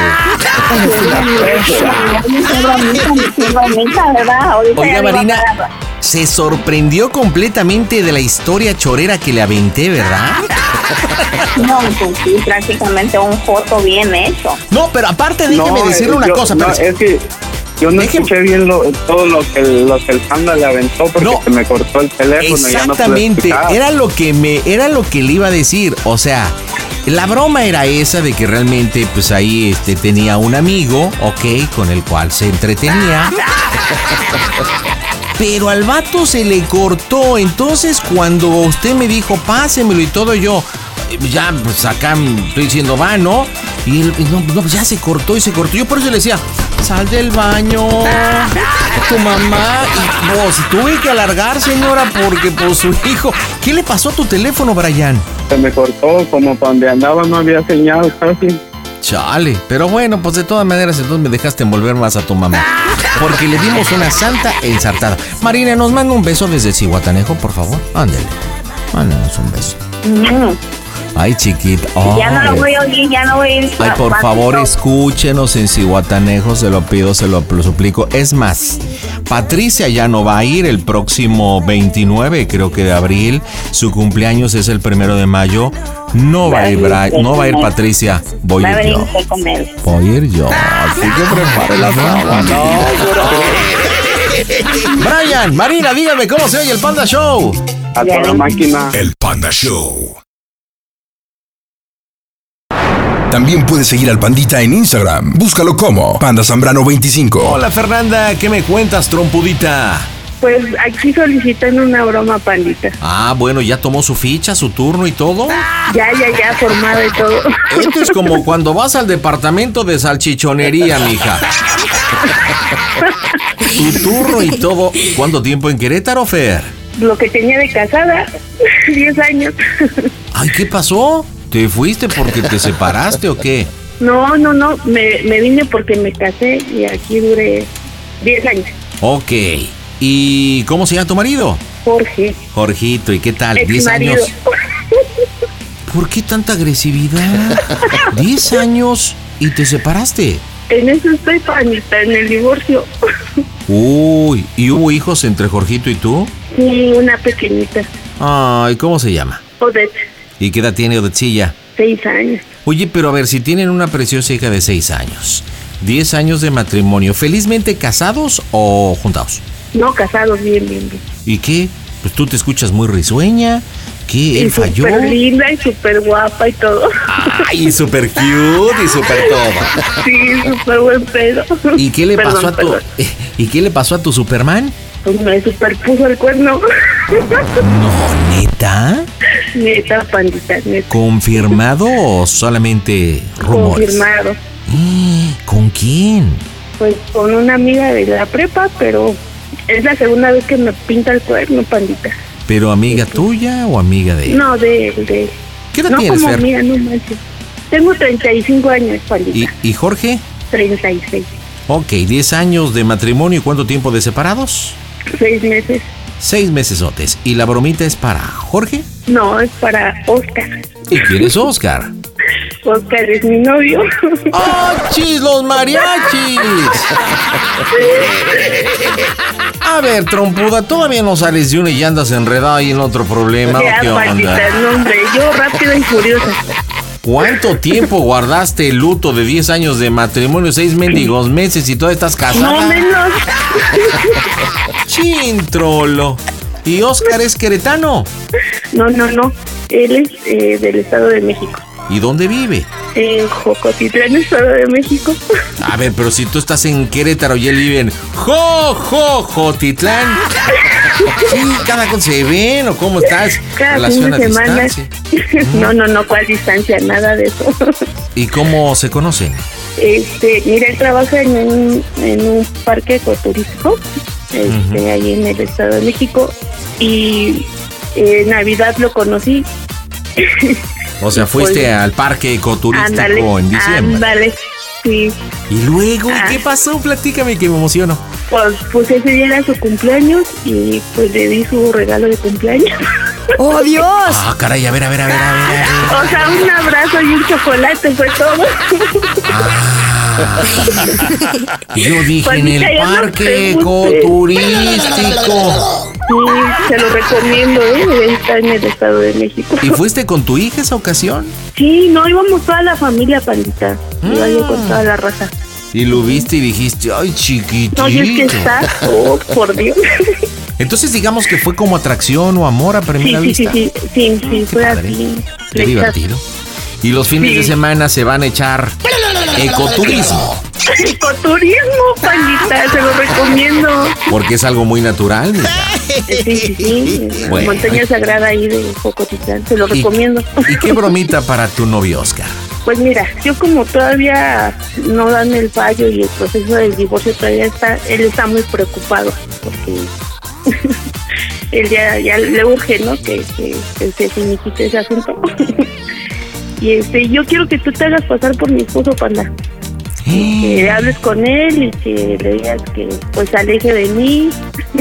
S2: Oiga, Marina, se sorprendió completamente de la historia chorera que le aventé, ¿verdad?
S10: No, pues sí, prácticamente un foto bien hecho.
S2: No, pero aparte déjeme decirle una cosa.
S8: No, es que Yo no escuché bien todo lo que el Panda le aventó porque se me cortó el teléfono.
S2: Exactamente,
S8: y ya no pude
S2: era lo que le iba a decir. O sea, la broma era esa de que realmente pues ahí tenía un amigo, ok, con el cual se entretenía. Pero al vato se le cortó. Entonces cuando usted me dijo, pásemelo y todo, yo ya pues acá estoy diciendo, va, ¿no? Y no, pues ya se cortó y se cortó. Yo por eso le decía, sal del baño, tu mamá. Y pues tuve que alargar, señora, porque pues su hijo. ¿Qué le pasó a tu teléfono, Brian?
S8: Se me cortó, como para donde andaba no había señal casi.
S2: Chale, pero bueno, pues de todas maneras entonces me dejaste envolver más a tu mamá, porque le dimos una santa ensartada. Marina, nos manda un beso desde Zihuatanejo, por favor. Ándale, mándanos un beso. Ay, chiquita.
S10: Ya no lo voy a oír, ya no voy a ir.
S2: Ay, por favor, escúchenos en Zihuatanejo, se lo pido, se lo suplico. Es más, Patricia ya no va a ir el próximo 29, creo que de abril. Su cumpleaños es el 1 de mayo. No va a ir Patricia. Voy a ir yo. Voy a ir yo. Así que prepare la sábana. Brian, Marina, dígame cómo se oye el Panda Show.
S8: A toda máquina.
S1: El Panda Show. También puedes seguir al Pandita en Instagram. Búscalo como Panda Zambrano 25.
S2: Hola, Fernanda, ¿qué me cuentas, trompudita?
S7: Pues aquí solicitan una broma, Pandita.
S2: Ah, bueno, ¿ya tomó su ficha, su turno y todo?
S7: Ya, formado y todo.
S2: Esto es como cuando vas al departamento de salchichonería, mija. Tu turno y todo. ¿Cuánto tiempo en Querétaro, Fer?
S7: Lo que tenía de casada, 10 años.
S2: Ay, ¿qué pasó? ¿Te fuiste porque te separaste o qué?
S7: No, me vine porque me casé y aquí duré 10 años.
S2: Ok, ¿y cómo se llama tu marido?
S7: Jorge.
S2: Jorgito, ¿y qué tal?
S7: Ex
S2: 10 años. ¿Por qué tanta agresividad? 10 años y te separaste.
S7: En eso estoy, Pandita, en el divorcio.
S2: Uy, ¿y hubo hijos entre Jorgito y tú?
S7: Sí, una pequeñita.
S2: Ay, ¿cómo se llama?
S7: Odette.
S2: ¿Y qué edad tiene Odetcilla?
S7: 6 años.
S2: Oye, pero a ver, si tienen una preciosa hija de 6 años, 10 años de matrimonio, ¿felizmente casados o juntados?
S7: No, casados, bien.
S2: ¿Y qué? Pues tú te escuchas muy risueña. ¿Qué? ¿Él falló?
S7: Súper linda y súper guapa y todo.
S2: Ay, súper cute y súper todo.
S7: Sí, súper buen pedo.
S2: ¿Y qué le pasó a tu... ¿Y qué le pasó a tu Superman?
S7: Pues me superpuso el cuerno.
S2: No, ¿neta?
S7: Neta, Pandita, neta.
S2: ¿Confirmado o solamente rumores?
S7: Confirmado.
S2: ¿Con quién?
S7: Pues con una amiga de la prepa, pero es la segunda vez que me pinta el cuerno, Pandita.
S2: ¿Pero amiga tuya o amiga de él?
S7: No, de él.
S2: ¿Qué edad tienes, Fer?
S7: Amiga, no manches. Tengo 35 años, Pandita.
S2: ¿Y Jorge?
S7: 36.
S2: Ok, 10 años de matrimonio y ¿cuánto tiempo de separados?
S7: 6 meses.
S2: 6 mesesotes. ¿Y la bromita es para Jorge?
S7: No, es para Oscar.
S2: ¿Y quién es Oscar?
S7: Oscar es mi novio.
S2: ¡Achis, los mariachis! A ver, trompuda, todavía no sales de una y ya andas enredado ahí en otro problema.
S7: Ya,
S2: ¿Qué onda?
S7: No, hombre, yo rápido y furiosa.
S2: ¿Cuánto tiempo guardaste el luto de 10 años de matrimonio, 6 mendigos meses y todavía estás casada?
S7: No menos.
S2: Chintrolo. ¿Y Oscar es queretano?
S7: No. Él es del Estado de México.
S2: ¿Y dónde vive?
S7: En Jocotitlán, Estado de México.
S2: A ver, pero si tú estás en Querétaro y él vive en Jotitlán. Sí, cada cuando se ven o cómo estás.
S7: Cada fin de semana. No, ¿cuál distancia? Nada de eso.
S2: ¿Y cómo se conocen?
S7: Mira, él trabaja en un parque ecoturístico, ahí en el Estado de México, y en Navidad lo conocí.
S2: O sea, fuiste al parque ecoturístico en diciembre.
S7: Ándale, sí.
S2: ¿Y luego qué pasó? Platícame que me emociono.
S7: Pues ese día era su cumpleaños y pues le di su regalo de cumpleaños.
S11: ¡Oh, Dios!
S2: Ah, caray, a ver.
S7: O sea, un abrazo y un chocolate fue todo.
S2: Yo dije en el parque ecoturístico.
S7: Sí, se lo recomiendo, está en el Estado de México.
S2: ¿Y fuiste con tu hija esa ocasión?
S7: Sí, no, íbamos toda la familia, Pandita. Iba yo con toda la raza.
S2: Y lo viste y dijiste, ay, chiquitito.
S7: No, y es que está, oh, por Dios.
S2: Entonces digamos que fue como atracción o amor a primera vista.
S7: Sí, fue
S2: padre.
S7: así.
S2: Qué divertido. Y los fines de semana se van a echar ecoturismo.
S7: Ecoturismo, pandita, se lo recomiendo.
S2: Porque es algo muy natural, mira.
S7: Sí.
S2: Bueno.
S7: Montaña Sagrada ahí de Jocotitlán, se lo recomiendo.
S2: ¿Y qué bromita para tu novio Oscar?
S7: Pues mira, yo como todavía no dan el fallo y el proceso del divorcio todavía está, él está muy preocupado porque él ya le urge, ¿no? Que se finiquite ese asunto. Y yo quiero que tú te hagas pasar por mi esposo, panda. Que hables con él y que le digas que pues se aleje de mí.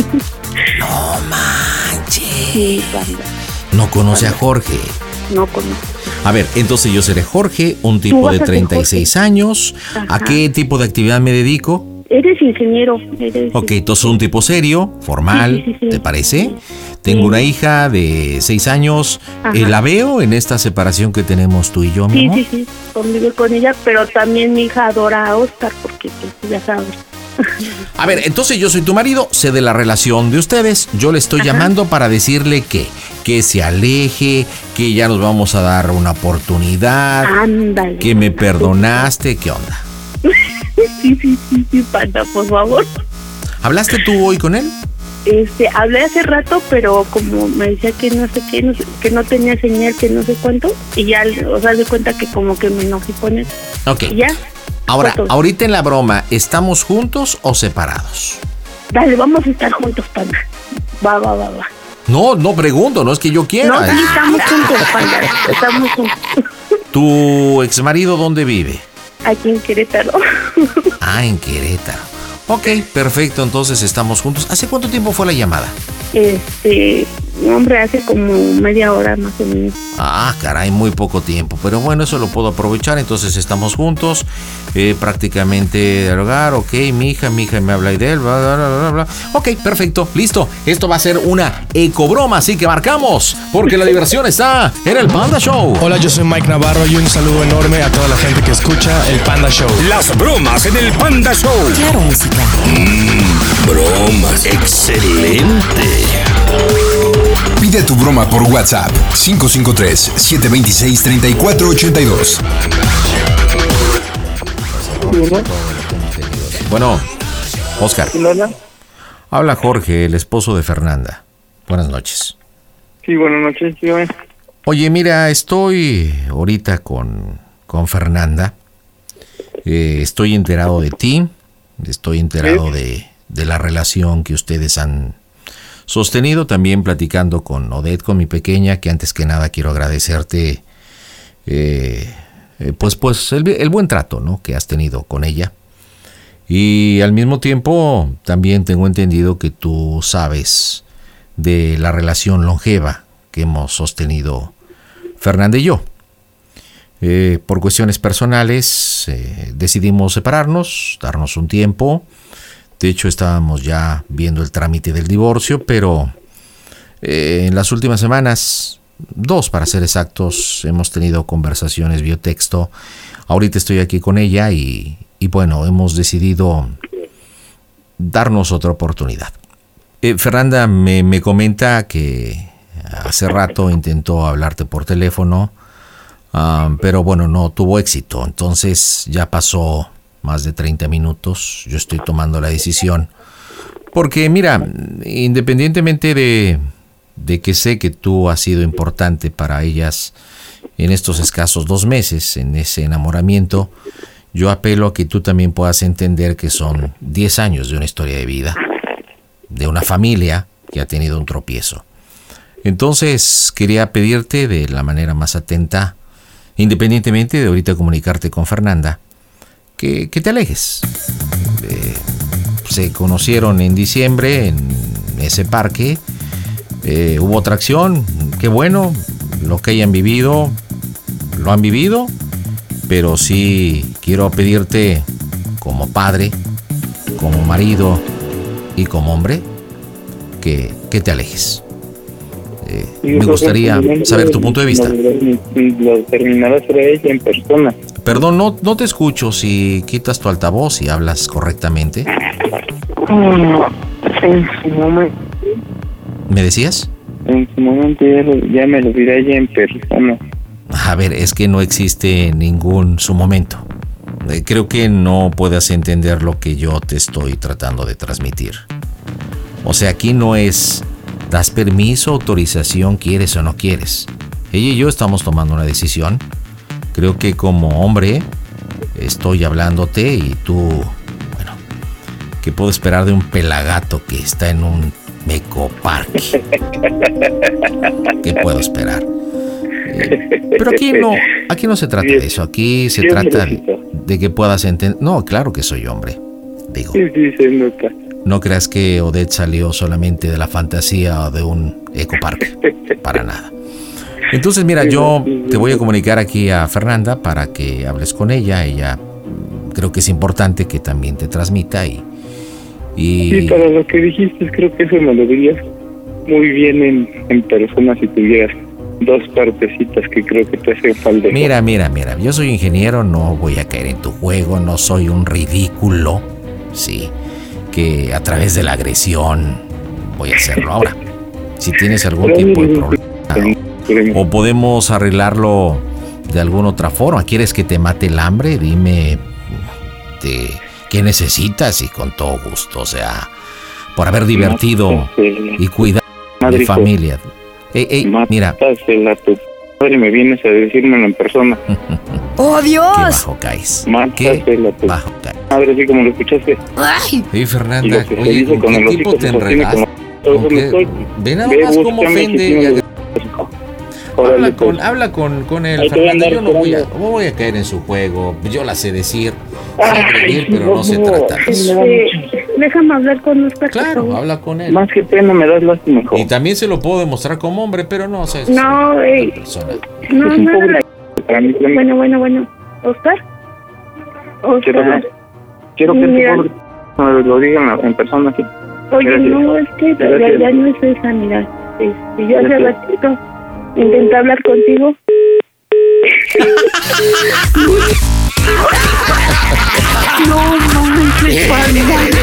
S2: No manches.
S7: Sí, panda.
S2: No conoce a Jorge.
S7: No conozco.
S2: A ver, entonces yo seré Jorge, un tipo de 36 años.
S7: Ajá.
S2: ¿A qué tipo de actividad me dedico?
S7: Eres ingeniero.
S2: Ok, entonces un tipo serio, formal,
S7: Sí.
S2: ¿te parece? Tengo una hija de 6 años.
S7: Ajá.
S2: ¿La veo en esta separación que tenemos tú y yo, mi amor?
S7: Sí, convive con ella, pero también mi hija adora a Oscar porque pues, ya sabes.
S2: A ver, entonces yo soy tu marido, sé de la relación de ustedes, yo le estoy llamando para decirle que se aleje, que ya nos vamos a dar una oportunidad,
S7: Ándale.
S2: que me perdonaste, ¿qué onda?
S7: Sí, panda, por favor.
S2: ¿Hablaste tú hoy con él?
S7: Hablé hace rato, pero como me decía que no sé qué, que no tenía señal, que no sé cuánto, y ya, o sea, de cuenta que como que me enojé con él.
S2: Ok.
S7: Y ya.
S2: Ahora,
S7: Fotos.
S2: ahorita en la broma, ¿estamos juntos o separados?
S7: Dale, vamos a estar juntos, panda. Va.
S2: No pregunto, no es que yo quiera.
S7: No, sí, estamos juntos, panda. Estamos juntos.
S2: ¿Tu exmarido dónde vive?
S7: Aquí en Querétaro.
S2: Ah, en Querétaro. Ok, perfecto, entonces estamos juntos. ¿Hace cuánto tiempo fue la llamada?
S7: Hombre, hace como media hora más o menos.
S2: Ah, caray, muy poco tiempo. Pero bueno, eso lo puedo aprovechar. Entonces estamos juntos, prácticamente de hogar. Ok, mi hija me habla de él. Bla. Ok, perfecto, listo. Esto va a ser una ecobroma, así que marcamos, porque la diversión está en el Panda Show.
S5: Hola, yo soy Mike Navarro y un saludo enorme a toda la gente que escucha el Panda Show.
S4: Las bromas en el Panda Show.
S6: Claro, música.
S4: Bromas. Excelente.
S1: Pide tu broma por WhatsApp 553-726-3482.
S2: Bueno, Oscar. Habla Jorge, el esposo de Fernanda. Buenas noches.
S3: Sí, buenas noches, dígame.
S2: Oye, mira, estoy ahorita con Fernanda. Estoy enterado de ti. Estoy enterado de la relación que ustedes han sostenido, también platicando con Odette, con mi pequeña, que antes que nada quiero agradecerte pues el buen trato, ¿no?, que has tenido con ella. Y al mismo tiempo también tengo entendido que tú sabes de la relación longeva que hemos sostenido Fernanda y yo. Por cuestiones personales decidimos separarnos, darnos un tiempo. De hecho, estábamos ya viendo el trámite del divorcio, pero en las últimas semanas, 2 para ser exactos, hemos tenido conversaciones vía texto. Ahorita estoy aquí con ella y bueno, hemos decidido darnos otra oportunidad. Fernanda me comenta que hace rato intentó hablarte por teléfono, pero bueno, no tuvo éxito. Entonces ya pasó más de 30 minutos, yo estoy tomando la decisión. Porque mira, independientemente de que sé que tú has sido importante para ellas en estos escasos 2 meses, en ese enamoramiento, yo apelo a que tú también puedas entender que son 10 años de una historia de vida, de una familia que ha tenido un tropiezo. Entonces quería pedirte de la manera más atenta, independientemente de ahorita comunicarte con Fernanda, que te alejes. Se conocieron en diciembre en ese parque, hubo atracción, qué bueno, lo que hayan vivido, lo han vivido, pero sí quiero pedirte como padre, como marido y como hombre, que te alejes. Me gustaría saber tu punto de vista.
S3: Lo terminará sobre ella en persona.
S2: Perdón, no te escucho. Si quitas tu altavoz y hablas correctamente.
S8: En su momento.
S2: ¿Me decías?
S8: En su momento ya me lo diré ya en persona.
S2: A ver, es que no existe ningún su momento. Creo que no puedas entender lo que yo te estoy tratando de transmitir. O sea, aquí no es das permiso, autorización, quieres o no quieres. Ella y yo estamos tomando una decisión. Creo que como hombre estoy hablándote y tú, bueno, ¿qué puedo esperar de un pelagato que está en un ecoparque? ¿Qué puedo esperar? Pero aquí no se trata de eso. Aquí se trata de que puedas entender. No, claro que soy hombre. Digo.
S8: Sí, se nota.
S2: No creas que Odette salió solamente de la fantasía o de un ecoparque. Para nada. Entonces, mira, yo te voy a comunicar aquí a Fernanda para que hables con ella. Ella creo que es importante que también te transmita y...
S8: Sí, para lo que dijiste, creo que eso me lo dirías muy bien en persona si tuvieras dos partecitas que creo que te hacen falta.
S2: Mira, yo soy ingeniero, no voy a caer en tu juego, no soy un ridículo, sí, que a través de la agresión voy a hacerlo. Ahora, si tienes algún tipo de problema o podemos arreglarlo de alguna otra forma, ¿quieres que te mate el hambre? Dime qué necesitas y con todo gusto, o sea, por haber divertido y cuidado a mi familia. Mira.
S8: Tu padre, me vienes a decírmelo en persona.
S11: ¡Oh, Dios!
S2: Qué bajo caes.
S8: Mátasela tu
S2: bajo caes.
S8: madre, así como lo escuchaste.
S11: ¡Ay!
S2: Sí, Fernanda, oye, ¿con qué tipo te enredas? Ve nada más cómo ofende. Habla con él, Fernanda. Yo no voy a caer en su juego. Yo la sé decir, sé agredir, pero no se trata de eso.
S7: Déjame hablar con usted.
S2: Claro, habla con él.
S8: Más que pena me das lástima.
S2: Y también se lo puedo demostrar como hombre, pero no, o sea,
S7: no, Bueno. ¿Oscar?
S8: Quiero que me lo digan en persona aquí.
S7: Oye, no, es que la realidad no es esa, mira. Yo hace ratito intenté hablar contigo. No manches, Panda.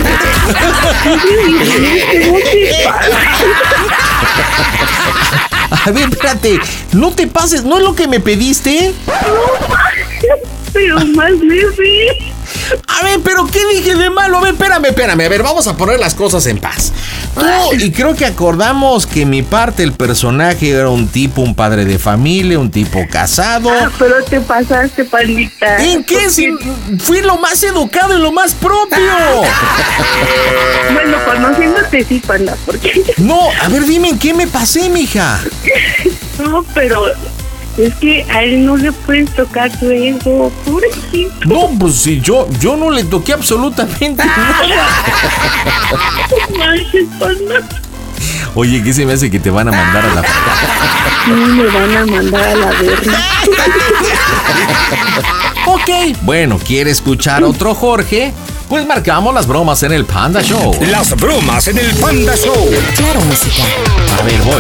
S2: A ver, espérate, no te pases, ¿no es lo que me pediste?
S7: No manches, pero más leve.
S2: A ver, pero ¿qué dije de malo? A ver, espérame, a ver, vamos a poner las cosas en paz. Y creo que acordamos que mi parte, el personaje era un padre de familia, un tipo casado.
S7: Pero te pasaste, Pandita.
S2: ¿En qué? Si fui lo más educado y lo más propio.
S7: Bueno, conociéndote sí, Panda, porque...
S2: No, a ver, dime, ¿en qué me pasé, mija?
S7: No, pero... Es que a él no le puedes tocar su ego, pobrecito.
S2: No, pues si yo no le toqué absolutamente nada. Oye, ¿qué se me hace que te van a mandar a la...
S7: No, me van a mandar a la verga.
S2: Ok, bueno, ¿quiere escuchar otro Jorge? Pues marcamos las bromas en el Panda Show.
S12: Las bromas en el Panda Show.
S11: Claro, música.
S2: A ver, voy.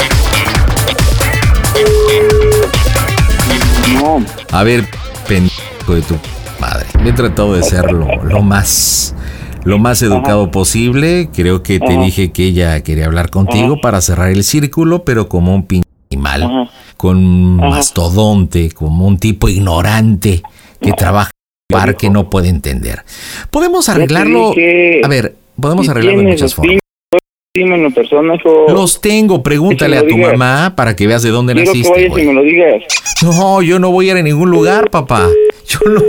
S8: No.
S2: A ver, pendejo de tu madre. Me he tratado de ser lo más educado posible. Creo que te dije que ella quería hablar contigo para cerrar el círculo, pero como un pinche animal, con mastodonte, como un tipo ignorante que trabaja en un parque, no puede entender. Podemos arreglarlo. A ver, podemos arreglarlo de muchas formas.
S8: Dímelo, persona,
S2: los tengo, pregúntale a tu mamá para que veas de dónde naciste.
S8: Que vayas y me lo digas.
S2: No, yo no voy a ir a ningún lugar, papá. Yo no.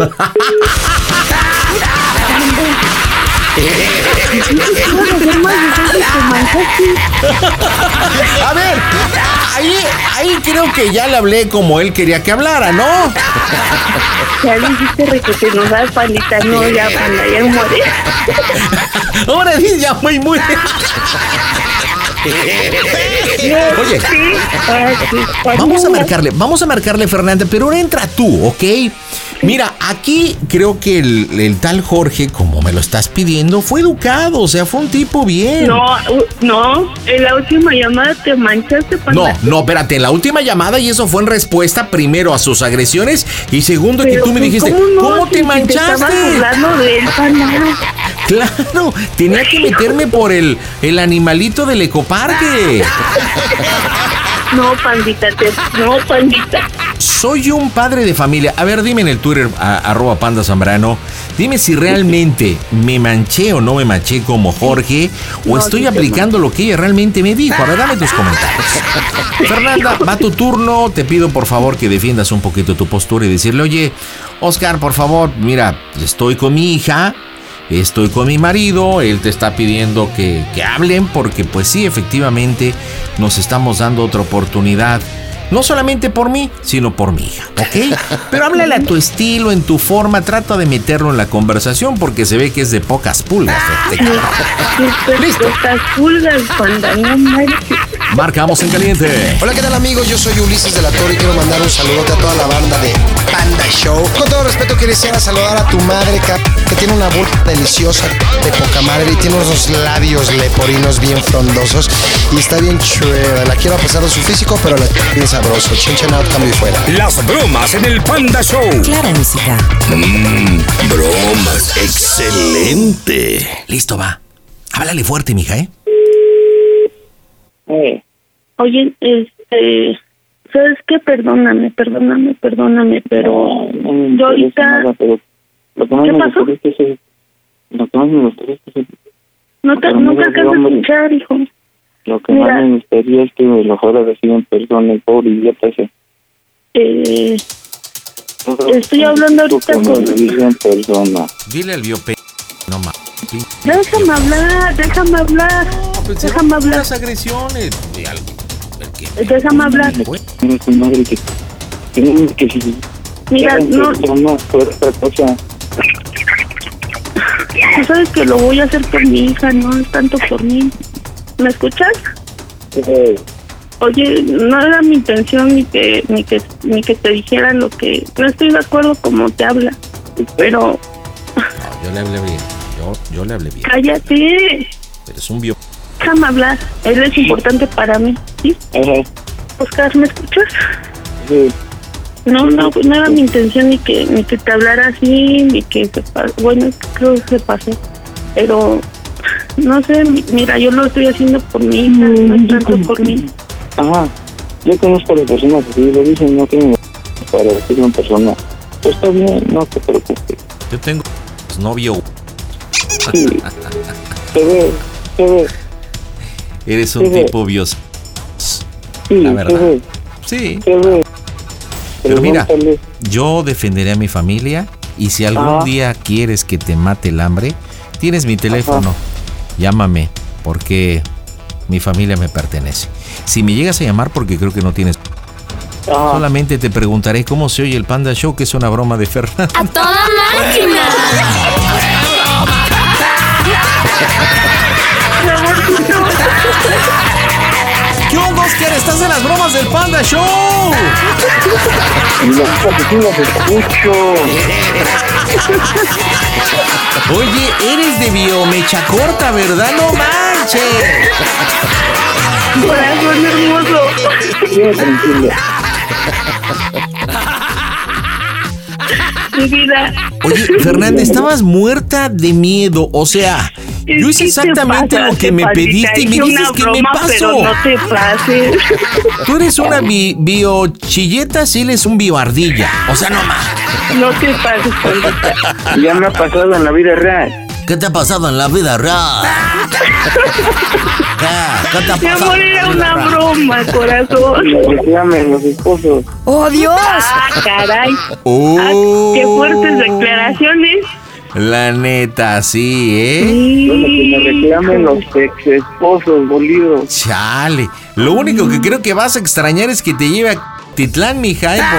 S2: A ver, ahí creo que ya le hablé como él quería que hablara, ¿no?
S7: Ya dijiste requete, no das, Pandita, no, ya, Panda, ya muere.
S2: Ahora sí, ya muy muere. Oye, vamos a marcarle, Fernanda, pero ahora entra tú, ¿ok? Mira, aquí creo que el tal Jorge, como me lo estás pidiendo, fue educado, o sea, fue un tipo bien.
S7: No, en la última llamada te manchaste, Panda.
S2: No, espérate, en la última llamada, y eso fue en respuesta primero a sus agresiones y segundo que tú me dijiste, ¿cómo te manchaste?
S7: Te estabas burlando de él, Panda.
S2: Claro, tenía que meterme por el animalito del ecoparque.
S7: No, Pandita.
S2: Soy un padre de familia. A ver, dime en el Twitter, @Panda Zambrano, dime si realmente me manché o no me manché como Jorge, o estoy aplicando lo que ella realmente me dijo. A ver, dame tus comentarios. Fernanda, va tu turno. Te pido por favor que defiendas un poquito tu postura y decirle, oye, Oscar, por favor, mira, estoy con mi hija, estoy con mi marido, él te está pidiendo que hablen porque pues sí, efectivamente nos estamos dando otra oportunidad, no solamente por mí, sino por mi hija, ¿ok? Pero háblale a tu estilo, en tu forma, trata de meterlo en la conversación porque se ve que es de pocas pulgas.
S7: Listo. Pocas pulgas, Panda, no manches.
S2: Marcamos en caliente.
S9: Hola, ¿qué tal, amigos? Yo soy Ulises de la Torre y quiero mandar un saludote a toda la banda de Panda Show. Con todo respeto, quisiera saludar a tu madre, que tiene una boca deliciosa de poca madre y tiene unos labios leporinos bien frondosos y está bien chula. La quiero a pesar de su físico, pero la bien sabroso. Chin out, cambio y fuera.
S12: Las bromas en el Panda Show.
S11: Clara música.
S12: Bromas. Excelente.
S2: Listo, va. Háblale fuerte, mija, ¿eh?
S7: Oye, ¿sabes qué? Perdóname, pero yo ahorita... ¿Qué pasó? No te alcanzo a escuchar, hijo.
S8: Lo que más me gustaría es que me lo fuera a decir en persona, el pobre idiota ese.
S7: Estoy hablando ahorita con...
S8: en persona.
S2: Dile al biope... No más.
S7: Déjame hablar. Déjame hablar.
S2: Las agresiones.
S7: Déjame hablar.
S8: Mira tu madre que si...
S7: Mira, no
S8: fue otra cosa.
S7: Tú sabes que lo voy a hacer por mi hija, no es tanto por mí. ¿Me escuchas? Oye, no era mi intención ni que te dijera lo que... No estoy de acuerdo como te habla, pero...
S2: No, yo le hablé bien. Yo le hablé bien.
S7: ¡Cállate!
S2: Pero es un bio...
S7: Déjame hablar. Él es importante para mí, ¿sí? Oscar, ¿me escuchas?
S8: Sí.
S7: No era mi intención ni que te hablara así, ni que se pasó. Bueno, creo que se pasó. Pero, no sé, mira, yo lo estoy haciendo por mi hija, no es tanto por mí.
S8: Ajá, yo conozco a las personas que lo dicen, no tienen para decirlo en persona. Pues está bien, no te preocupes.
S2: Yo tengo novio.
S8: Sí, se ve.
S2: Eres un tipo bios.
S8: Sí,
S2: la verdad. Sí.
S8: Se ve.
S2: Pero mira, yo defenderé a mi familia y si algún día quieres que te mate el hambre, tienes mi teléfono. Llámame porque mi familia me pertenece. Si me llegas a llamar, porque creo que no tienes... Solamente te preguntaré cómo se oye el Panda Show, que es una broma de Fernanda.
S11: ¡A toda máquina!
S2: ¿Qué onda, Oscar? ¿Estás en las bromas del Panda Show? Oye, eres de biomecha corta, ¿verdad? ¡No manches!
S7: Corazón hermoso. Mi vida.
S2: Oye, Fernanda, estabas muerta de miedo, o sea... Yo hice exactamente lo que me pediste y me dices que me paso.
S7: Pero no te pases.
S2: Tú eres una biochilleta, si él es un bioardilla. O sea, no más.
S7: No te pases, Pandita.
S8: Ya me ha pasado en la vida real.
S2: ¿Qué te ha pasado en la vida real? ¿Qué te ha pasado?
S7: Mi amor, era una broma, corazón.
S8: Me reclamen los esposos.
S11: ¡Oh, Dios!
S7: Caray. Qué fuertes declaraciones.
S2: La neta, sí, ¿eh?
S8: Bueno, que me reclamen los ex esposos, bolidos.
S2: Chale. Lo único que creo que vas a extrañar es que te lleve a Titlán, mija, ¿eh?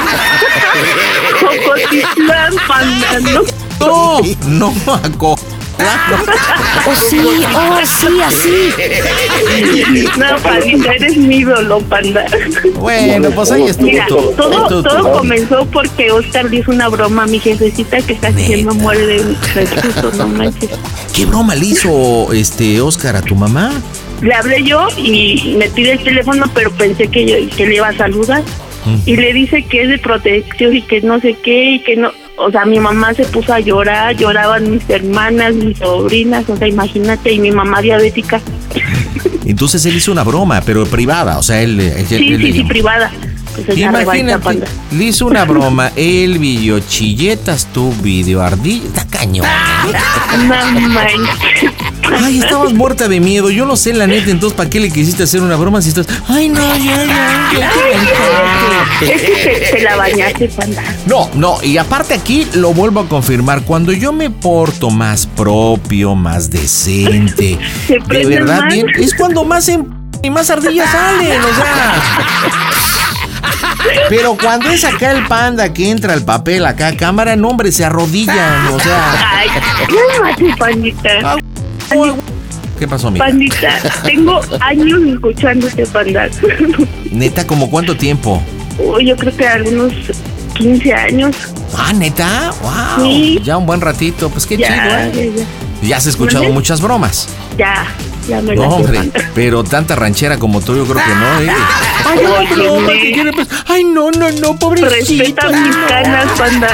S7: Porque... Titlán, Panda,
S2: no,
S6: Sí, así.
S7: No, Pandita, eres mi ídolo, Panda.
S2: Bueno, pues ahí estuvo.
S7: Mira, todo comenzó porque Oscar le hizo una broma a mi jefecita que casi se me muere de susto, no manches.
S2: ¿Qué broma le hizo Oscar a tu mamá?
S7: Le hablé yo y me pide el teléfono, pero pensé que le iba a saludar. Y le dice que es de protección y que no sé qué y que no. O sea, mi mamá se puso a llorar, lloraban mis hermanas, mis sobrinas, o sea, imagínate, y mi mamá diabética.
S2: Entonces él hizo una broma, pero privada, o sea,
S7: Sí, privada. Pues
S2: imagínate, le hizo una broma, él video chilletas, tú video ardilla, está cañón.
S7: No manches.
S2: Ay, estabas muerta de miedo, yo no sé la neta, entonces ¿para qué le quisiste hacer una broma si estás? Ay, no, ya.
S7: Es que te la bañaste, Panda.
S2: No, y aparte aquí lo vuelvo a confirmar, cuando yo me porto más propio, más decente, de verdad, bien, es cuando más y más ardillas salen, o sea. Pero cuando es acá el Panda que entra al papel acá a cámara, no, hombre, se arrodillan, o sea.
S7: Ay, cálmate, Pandita.
S2: ¿Qué pasó, amiga?
S7: Pandita, tengo años escuchándote, Panda.
S2: ¿Neta, como cuánto tiempo?
S7: Yo creo que algunos 15 años.
S2: Ah, ¿neta? ¡Wow!
S7: Sí.
S2: Ya un buen ratito, pues qué chido, ¿eh? Ya has escuchado muchas bromas.
S7: Ya me
S2: No,
S7: la
S2: hombre,
S7: sé,
S2: pero tanta ranchera como tú, yo creo que no, ¿eh? Ay, no, broma, ¿qué quiere? Pues, ay, no, pobrecito.
S7: Respeta mis canas, Panda.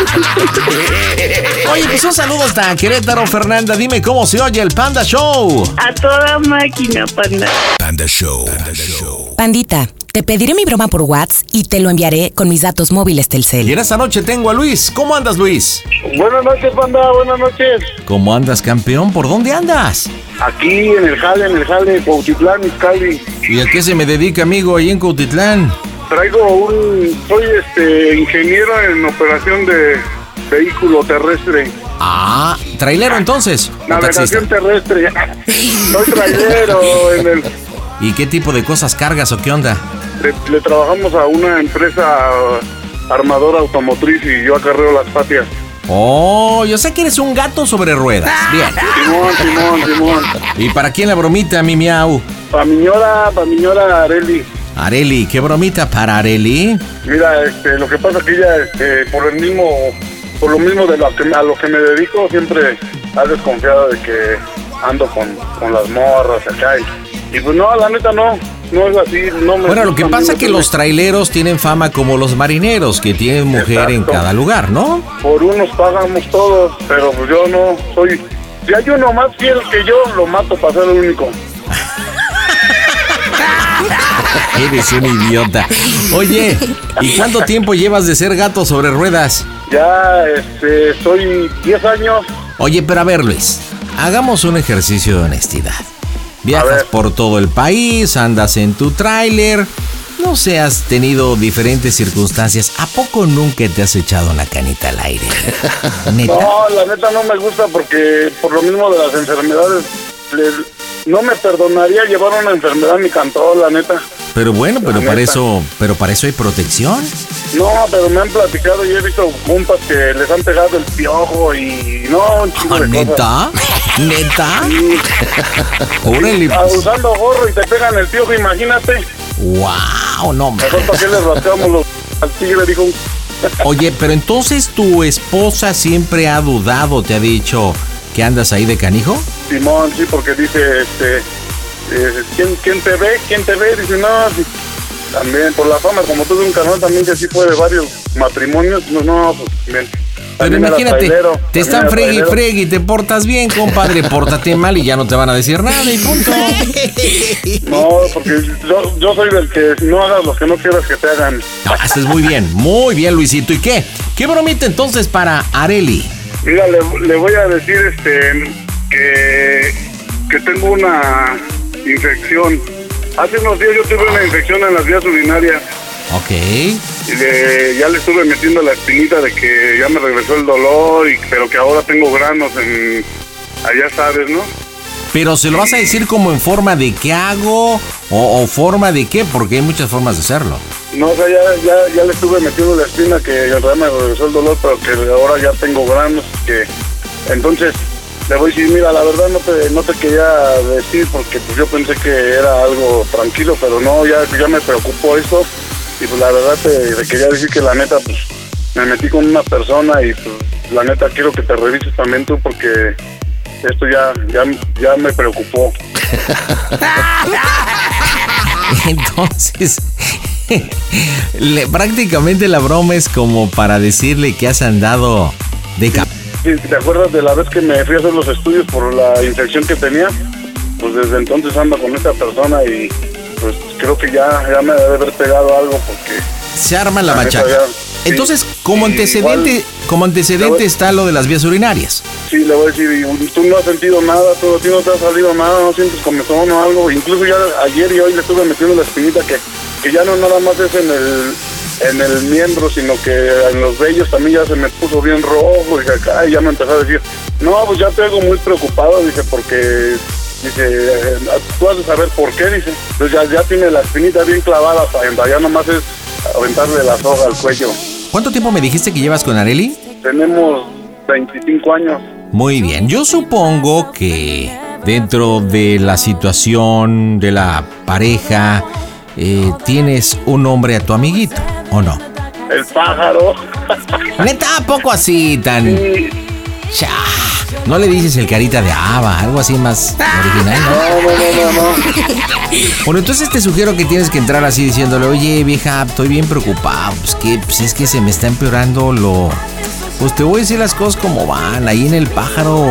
S2: Oye, pues un saludo hasta Querétaro, Fernanda. Dime cómo se oye el Panda Show.
S7: A toda máquina, Panda.
S12: Panda Show.
S6: Pandita, te pediré mi broma por WhatsApp y te lo enviaré con mis datos móviles Telcel.
S2: Y en esta noche tengo a Luis. ¿Cómo andas, Luis?
S8: Buenas noches, Panda, buenas noches.
S2: ¿Cómo andas, campeón? ¿Por dónde andas?
S8: Aquí en el jale, Cuautitlán, Izcalli.
S2: ¿Y a qué se me dedica, amigo, ahí en Cuautitlán?
S8: Soy ingeniero en operación de vehículo terrestre.
S2: Ah, trailero entonces.
S8: Navegación terrestre. Soy trailero en el...
S2: ¿Y qué tipo de cosas cargas o qué onda?
S8: Le trabajamos a una empresa armadora automotriz y yo acarreo las patias.
S2: Oh, yo sé que eres un gato sobre ruedas. Bien.
S8: Simón.
S2: ¿Y para quién la bromita, mi miau?
S8: Para mi ñora Areli.
S2: Areli, ¿qué bromita para Areli?
S8: Mira, lo que pasa es que ella, por lo mismo a lo que me dedico, siempre ha desconfiado de que ando con las morras acá. Y pues no, la neta no es así.
S2: Bueno, lo que pasa es que los traileros tienen fama como los marineros, que tienen mujer en cada lugar, ¿no?
S8: Por unos pagamos todos, pero pues yo no soy... Si hay uno más fiel que yo, lo mato para ser el único.
S2: Eres un idiota. Oye, ¿y cuánto tiempo llevas de ser gato sobre ruedas?
S8: Ya, soy 10 años.
S2: Oye, pero a ver, Luis, hagamos un ejercicio de honestidad. Viajas por todo el país, andas en tu tráiler, no sé, has tenido diferentes circunstancias. ¿A poco nunca te has echado una canita al aire? ¿Neta?
S8: No, la neta no me gusta porque por lo mismo de las enfermedades, no me perdonaría llevar una enfermedad a mi cantor, la neta.
S2: Pero bueno, pero para eso hay protección.
S8: No, pero me han platicado y he visto compas que les han pegado el piojo y no, un chingo de
S2: ¿neta?
S8: cosas.
S2: ¿Neta?
S8: Sí.
S2: Órale.
S8: Usando gorro y te pegan el piojo, imagínate.
S2: Wow, no.
S8: Mejor para qué les rascamos al tigre, dijo.
S2: Oye, pero entonces tu esposa siempre ha dudado, te ha dicho que andas ahí de canijo.
S8: Simón, sí, porque dice, ¿quién te ve? Dice, no, sí. También por la fama, como tuve un canal también que sí fue de varios matrimonios, no, pues bien.
S2: Pero imagínate, te están fregue y te portas bien, compadre, pórtate mal y ya no te van a decir nada y punto.
S8: No, porque yo soy del que no hagas lo que no quieras que te hagan.
S2: No, haces muy bien, Luisito. ¿Y qué? ¿Qué bromita entonces para Areli?
S8: Mira, le voy a decir que tengo una infección. Hace unos días yo tuve una infección en las vías urinarias.
S2: Ok.
S8: Y ya le estuve metiendo la espinita de que ya me regresó el dolor, pero que ahora tengo granos allá sabes, ¿no?
S2: Pero ¿se lo vas a decir como en forma de qué hago o forma de qué? Porque hay muchas formas de hacerlo.
S8: No, o sea, ya le estuve metiendo la espina que en realidad me regresó el dolor, pero que ahora ya tengo granos, que entonces Le voy a decir, mira, la verdad no te quería decir porque pues yo pensé que era algo tranquilo, pero no, ya me preocupó esto. Y pues la verdad te quería decir que la neta, pues me metí con una persona y pues la neta quiero que te revises también tú porque esto ya me preocupó.
S2: Entonces, prácticamente la broma es como para decirle que has andado de
S8: Sí, ¿te acuerdas de la vez que me fui a hacer los estudios por la infección que tenía? Pues desde entonces ando con esta persona y pues creo que ya me debe haber pegado algo porque...
S2: Se arma la machaca. Entonces, como antecedente está lo de las vías urinarias.
S8: Sí, le voy a decir, tú no has sentido nada, tú a ti no te ha salido nada, no sientes comezón o algo. Incluso ya ayer y hoy le estuve metiendo la espinita que ya no nada más es en el miembro, sino que en los vellos también ya se me puso bien rojo y acá y ya me empezó a decir, no, pues ya te hago muy preocupado, dice, porque, dice, tú has de saber por qué, dice, entonces ya tiene la espinita bien clavada para adentro, ya nomás es aventarle la soga al cuello.
S2: ¿Cuánto tiempo me dijiste que llevas con Arely?
S8: Tenemos 25 años.
S2: Muy bien, yo supongo que dentro de la situación de la pareja tienes un nombre a tu amiguito, ¿o no?
S8: El pájaro.
S2: Neta, poco así tan...
S8: Sí.
S2: Ya. No le dices el carita de haba, algo así más original, ¿no?
S8: No.
S2: Bueno, entonces te sugiero que tienes que entrar así diciéndole, oye, vieja, estoy bien preocupado, pues es que se me está empeorando Pues te voy a decir las cosas como van, ahí en el pájaro,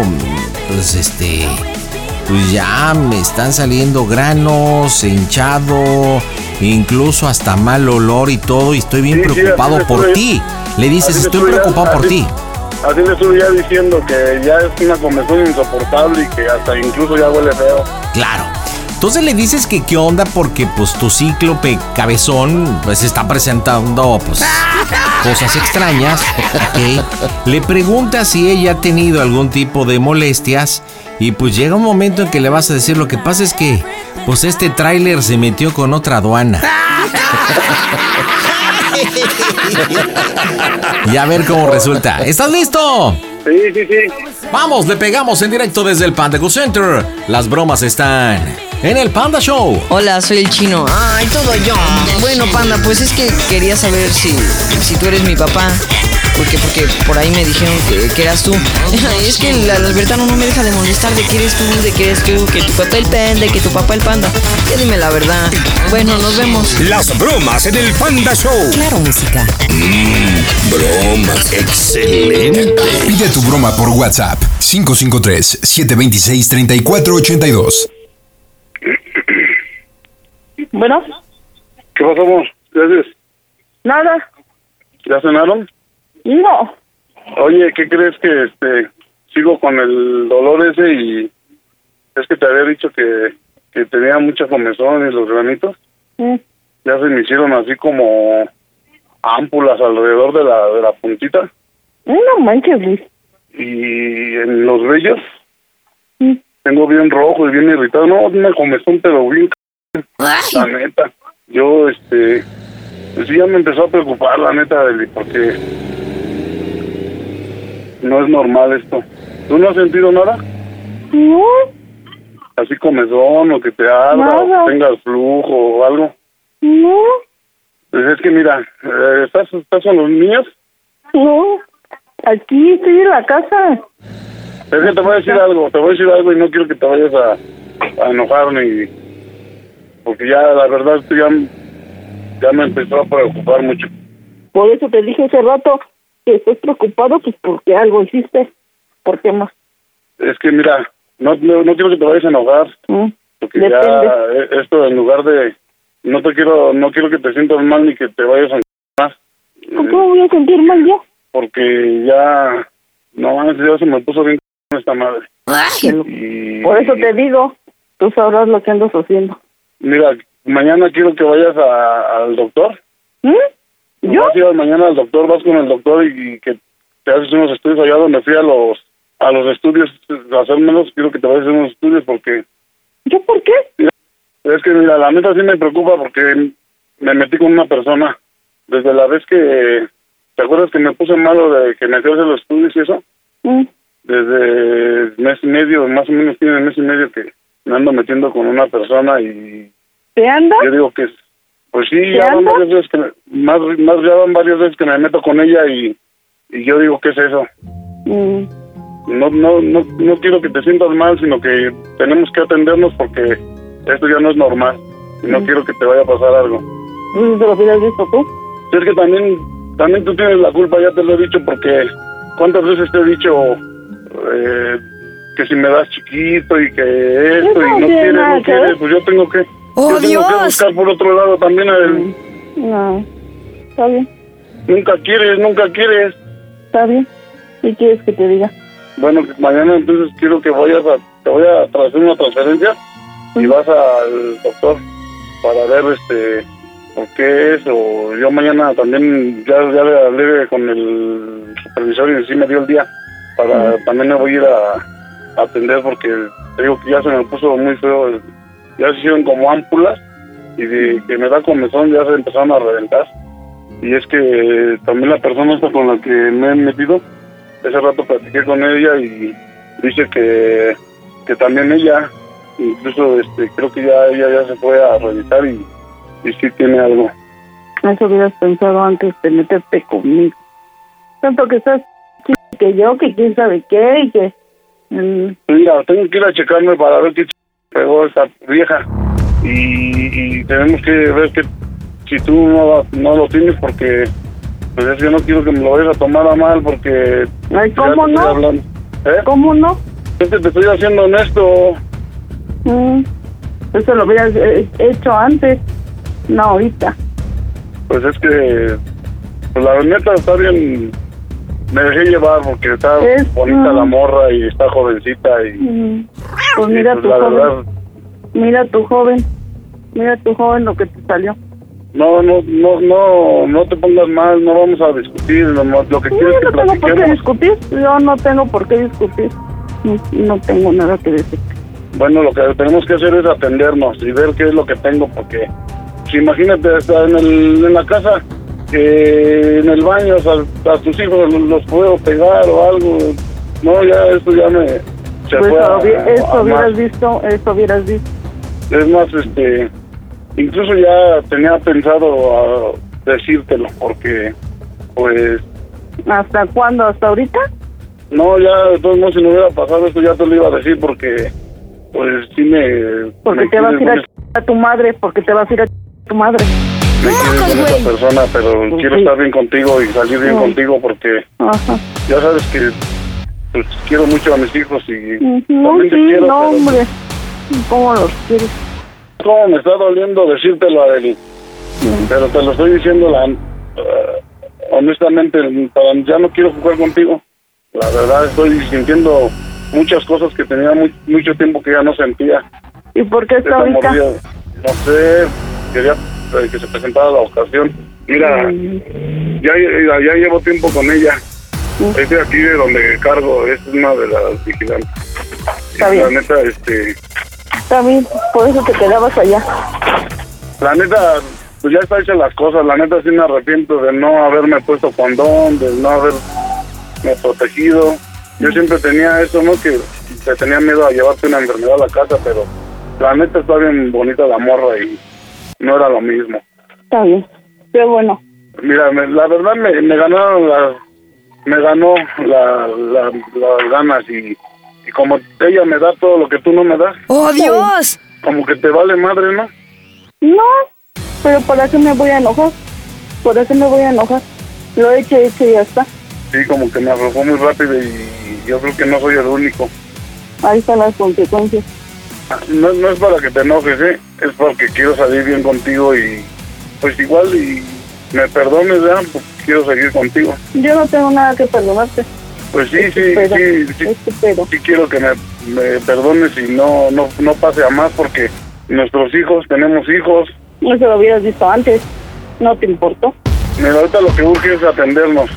S2: pues ya me están saliendo granos, hinchado, incluso hasta mal olor y todo, y estoy bien preocupado por ti. Le dices, estoy preocupado por ti.
S8: Así le estuve ya diciendo que ya es una comezón insoportable y que hasta incluso ya huele feo.
S2: Claro. Entonces le dices que qué onda porque pues tu cíclope cabezón pues está presentando pues cosas extrañas, ¿ok? Le preguntas si ella ha tenido algún tipo de molestias y pues llega un momento en que le vas a decir lo que pasa es que pues este tráiler se metió con otra aduana. Y a ver cómo resulta. ¿Estás listo?
S8: Sí.
S2: Vamos, le pegamos en directo desde el Panda Go Center. Las bromas están en el Panda Show.
S13: Hola, soy el Chino. Ay, todo yo. Bueno, Panda, pues es que quería saber si tú eres mi papá. Porque por ahí me dijeron que eras tú. Es que el Albertano no me deja de molestar de que eres tú, que tu papá el Panda, que tu papá el Panda. Ya dime la verdad. Bueno, nos vemos.
S12: Las bromas en el Panda Show.
S6: Claro, música.
S12: Bromas. Excelente.
S1: Pide tu broma por WhatsApp. 553-726-3482.
S7: Bueno,
S8: ¿Qué pasó, amor? ¿Qué haces?
S7: nada.
S8: ¿Ya cenaron?
S7: No.
S8: Oye, ¿qué crees que sigo con el dolor ese y es que te había dicho que tenía mucha comezón y los granitos? Ya se me hicieron así como ámpulas alrededor de la puntita.
S7: No manches, Luis.
S8: Y en los vellos tengo bien rojo y bien irritado. No, una comezón, pero bien la neta. Yo, pues sí, ya me empezó a preocupar, la neta, porque no es normal esto. ¿Tú no has sentido nada?
S7: No.
S8: Así comezón o que te abra
S7: Nada.
S8: o tengas flujo o algo.
S7: No.
S8: Pues es que mira, ¿estás con los niños?
S7: No. Aquí estoy en la casa.
S8: Es que te voy a decir algo y no quiero que te vayas a enojar ni... Porque ya, la verdad, esto ya me empezó a preocupar mucho.
S7: Por eso te dije hace rato que estoy preocupado, pues porque algo hiciste. ¿Por qué más?
S8: Es que mira, no quiero que te vayas a enojar. Porque
S7: Depende.
S8: ya esto en lugar de... No quiero que te sientas mal ni que te vayas a enojar.
S7: ¿Por qué me voy a sentir mal yo?
S8: Porque ya... No, ya se me puso bien esta madre. Y...
S7: Por eso te digo, tú sabrás lo que andas haciendo.
S8: Mira, mañana quiero que vayas al doctor.
S7: ¿Yo?
S8: Vas a ir mañana al doctor, vas con el doctor y que te haces unos estudios allá donde fui a los estudios a hacérmelos. Quiero que te vayas a hacer unos estudios porque...
S7: ¿Yo por qué?
S8: Es que mira, la neta sí me preocupa porque me metí con una persona. Desde la vez que... ¿Te acuerdas que me puse malo de que me fui a hacer los estudios y eso? desde mes y medio, más o menos tiene mes y medio que me ando metiendo con una persona y...
S7: ¿Te anda?
S8: Yo digo que... Pues sí, ya van varias veces que ya van varias veces que me meto con ella y yo digo, ¿qué es eso? No quiero que te sientas mal, sino que tenemos que atendernos porque esto ya no es normal y no quiero que te vaya a pasar algo.
S7: ¿Te lo hubieras visto tú?
S8: Es que también tú tienes la culpa, ya te lo he dicho, porque ¿cuántas veces te he dicho que si me das chiquito y que esto y no quieres, pues yo tengo que buscar por otro lado también a él.
S7: No, está bien.
S8: Nunca quieres.
S7: Está bien. ¿Qué quieres que te diga?
S8: Bueno, mañana entonces quiero que te voy a hacer una transferencia y vas al doctor para ver por qué es, o yo mañana también ya le hablé con el supervisor y sí me dio el día para también me voy a ir a atender porque te digo que ya se me puso muy feo, ya se hicieron como ámpulas y de que me da comezón ya se empezaron a reventar y es que también la persona esta con la que me he metido, ese rato platiqué con ella y dice que también ella, incluso creo que ella ya se fue a revisar y sí tiene algo.
S7: Eso hubieras pensado antes de meterte conmigo. Tanto que estás que yo, que quién sabe qué y que...
S8: Mira, tengo que ir a checarme para ver qué pegó esa vieja y tenemos que ver que si tú no lo tienes porque pues es que no quiero que me lo vayas a tomar a mal porque...
S7: Ay, ¿cómo no? ¿Cómo no?
S8: Es que te estoy haciendo honesto.
S7: Eso lo hubieras hecho antes, no ahorita.
S8: Pues es que pues la neta está bien, me dejé llevar porque está bonita la morra y está jovencita y...
S7: Pues mira
S8: pues
S7: tu
S8: la
S7: joven,
S8: verdad,
S7: mira tu joven lo que te salió.
S8: No te pongas mal, no vamos a discutir, lo que quieres que
S7: no tengo por qué discutir, yo no tengo por qué discutir, no tengo nada que decir.
S8: Bueno, lo que tenemos que hacer es atendernos y ver qué es lo que tengo, porque si imagínate, está en la casa, en el baño, a tus hijos los puedo pegar o algo, no, ya esto ya me... Se
S7: pues
S8: fue
S7: eso hubieras visto.
S8: Es más, incluso ya tenía pensado decírtelo, porque, pues...
S7: ¿Hasta cuándo? ¿Hasta ahorita?
S8: No, ya, de todos modos, si no hubiera pasado esto, ya te lo iba a decir, porque, pues, sí me...
S7: Porque te vas a ir a tu madre, porque te vas a ir a tu madre.
S8: Me quieres con esa persona, pero quiero estar bien contigo y salir bien contigo, porque ya sabes que, pues, quiero mucho a mis hijos y también te quiero.
S7: No, hombre, ¿cómo los quieres?
S8: ¿Cómo me está doliendo decírtelo a él? Pero te lo estoy diciendo honestamente, ya no quiero jugar contigo. La verdad estoy sintiendo muchas cosas que tenía mucho tiempo que ya no sentía.
S7: ¿Y por qué está ahorita?
S8: No sé, quería que se presentara la ocasión. Mira, ya llevo tiempo con ella. Es de aquí de donde cargo, es una de las vigilantes.
S7: Está bien.
S8: La neta,
S7: Está bien, por eso te quedabas allá.
S8: La neta, pues ya está hecha las cosas. La neta sí me arrepiento de no haberme puesto condón, de no haberme protegido. Yo siempre tenía eso, ¿no? Que te tenía miedo a llevarte una enfermedad a la casa, pero la neta está bien bonita la morra y no era lo mismo.
S7: Está bien, pero bueno.
S8: Mira, la verdad me ganó las ganas y como ella me da todo lo que tú no me das.
S13: ¡Oh, Dios!
S8: Como que te vale madre, ¿no?
S7: No, pero ¿para qué me voy a enojar? Lo he hecho y ya está.
S8: Sí, como que me aflojó muy rápido y yo creo que no soy el único.
S7: Ahí están las consecuencias.
S8: No es para que te enojes, es porque quiero salir bien contigo y pues igual y me perdones, ¿verdad? Pues quiero seguir contigo.
S7: Yo no tengo nada que perdonarte.
S8: Pues sí quiero que me perdones y no pase a más porque nuestros hijos, tenemos hijos.
S7: No se lo hubieras visto antes, no te importó.
S8: Mira, ahorita lo que urge es atendernos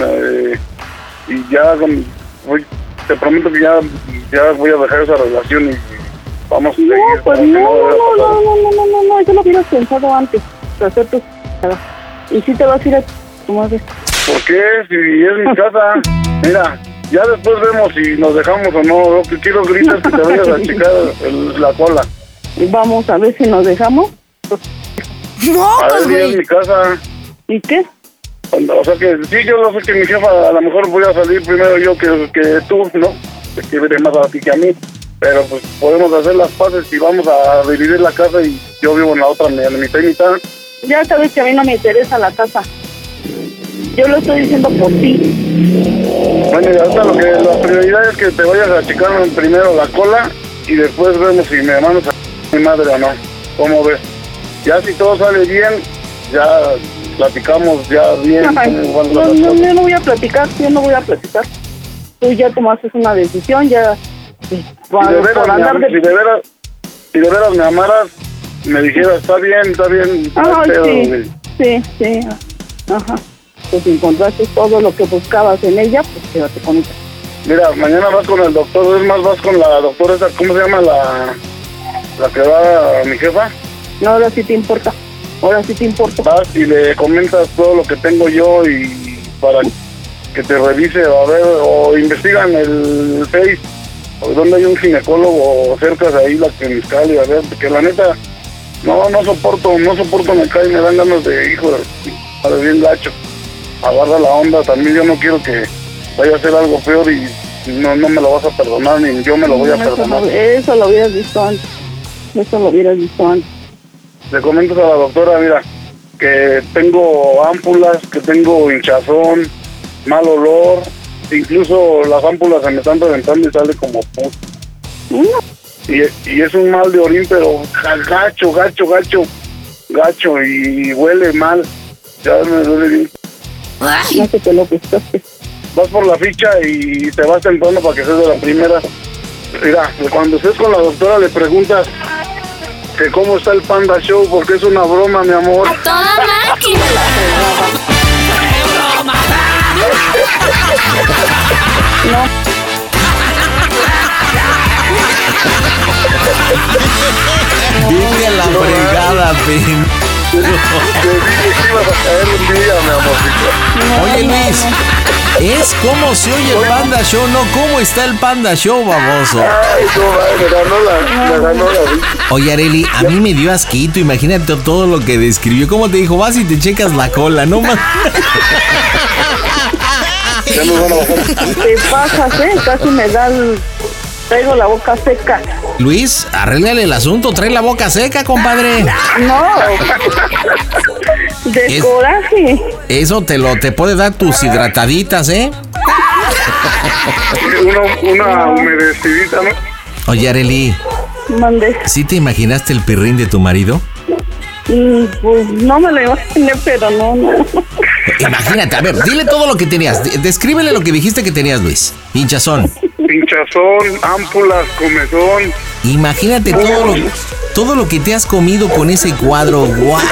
S8: y ya te prometo que ya voy a dejar esa relación y vamos a seguir.
S7: No, pues no, eso lo hubieras pensado antes de hacer tu y si te vas a ir a tu madre.
S8: ¿Por qué? Si es mi casa. Mira, Ya después vemos si nos dejamos o no. Lo que quiero gritar es que te vayas a checar la cola.
S7: Vamos a ver si nos dejamos.
S13: No,
S8: A ver,
S13: güey.
S8: es mi casa.
S7: ¿Y qué?
S8: O sea que sí, yo lo sé que mi jefa a lo mejor voy a salir primero yo que tú, ¿no? Que veré más a ti que a mí. Pero pues podemos hacer las paces y vamos a dividir la casa y yo vivo en la otra, en mitad y mitad.
S7: Ya sabes que a mí no me interesa la casa. Yo lo estoy diciendo por ti.
S8: Bueno, y ahorita la prioridad es que te vayas a checar primero la cola y después vemos si me mandas a mi madre o no. ¿Cómo ves? Ya si todo sale bien, ya platicamos ya bien.
S7: Ay,
S8: cómo van
S7: no,
S8: las
S7: no,
S8: cosas.
S7: yo no voy a platicar, Tú ya tomaste una decisión, ya...
S8: Si de veras me amaras, me dijeras, está bien,
S7: Ay,
S8: pero,
S7: sí. Ajá. Pues si encontraste todo lo que buscabas en ella, pues quédate con ella.
S8: mira, mañana vas con el doctor, es más, vas con la doctora esa, ¿cómo se llama la que va a mi jefa?
S7: No, ahora sí te importa.
S8: Vas y le comentas todo lo que tengo yo y para que te revise, a ver, o investigan el Face, o donde hay un ginecólogo cerca de ahí, la Clínica, y a ver, que la neta, no soporto, me cae, me dan ganas de, hijo de bien gacho, agarra la onda, también yo no quiero que vaya a hacer algo peor y no me lo vas a perdonar, ni yo me lo voy a perdonar.
S7: Eso lo hubieras visto antes.
S8: Le comentas a la doctora, mira, que tengo ámpulas, que tengo hinchazón, mal olor, incluso las ámpulas se me están reventando y sale como pus. Y es un mal de orín, pero gacho, y huele mal. Ya me duele bien.
S7: No sé qué lo que estás.
S8: Vas por la ficha y te vas temprano para que seas de la primera. Mira, cuando estés con la doctora le preguntas que cómo está el Panda Show, porque es una broma, mi amor.
S11: ¡A toda máquina!
S2: Venga la fregada, ven.
S8: Te dije que ibas a caer un día, mi amorcito.
S2: Oye, Luis, es como se oye el Panda Show, no cómo está el Panda Show, baboso.
S8: Ay, no, me ganó la vida.
S2: Oye, Arely, a mí me dio asquito, imagínate todo lo que describió. ¿Cómo te dijo? Vas y te checas la cola, no más.
S8: Ya nos van a bajar.
S7: Te pasas, casi me da traigo la boca seca.
S2: Luis, arréglale el asunto, trae la boca seca, compadre.
S7: No, de coraje.
S2: Eso te puede dar tus hidrataditas, ¿eh?
S8: Una humedecidita, ¿no?
S2: Oye, Arely,
S7: Mandé.
S2: ¿sí te imaginaste el pirrín de tu marido?
S7: Pues no me lo imaginé, pero no.
S2: Imagínate, a ver, dile todo lo que tenías. Descríbele lo que dijiste que tenías, Luis. Hinchazón.
S8: Hinchazón, ámpulas, comezón.
S2: Imagínate todo lo que te has comido con ese cuadro. ¡Guau!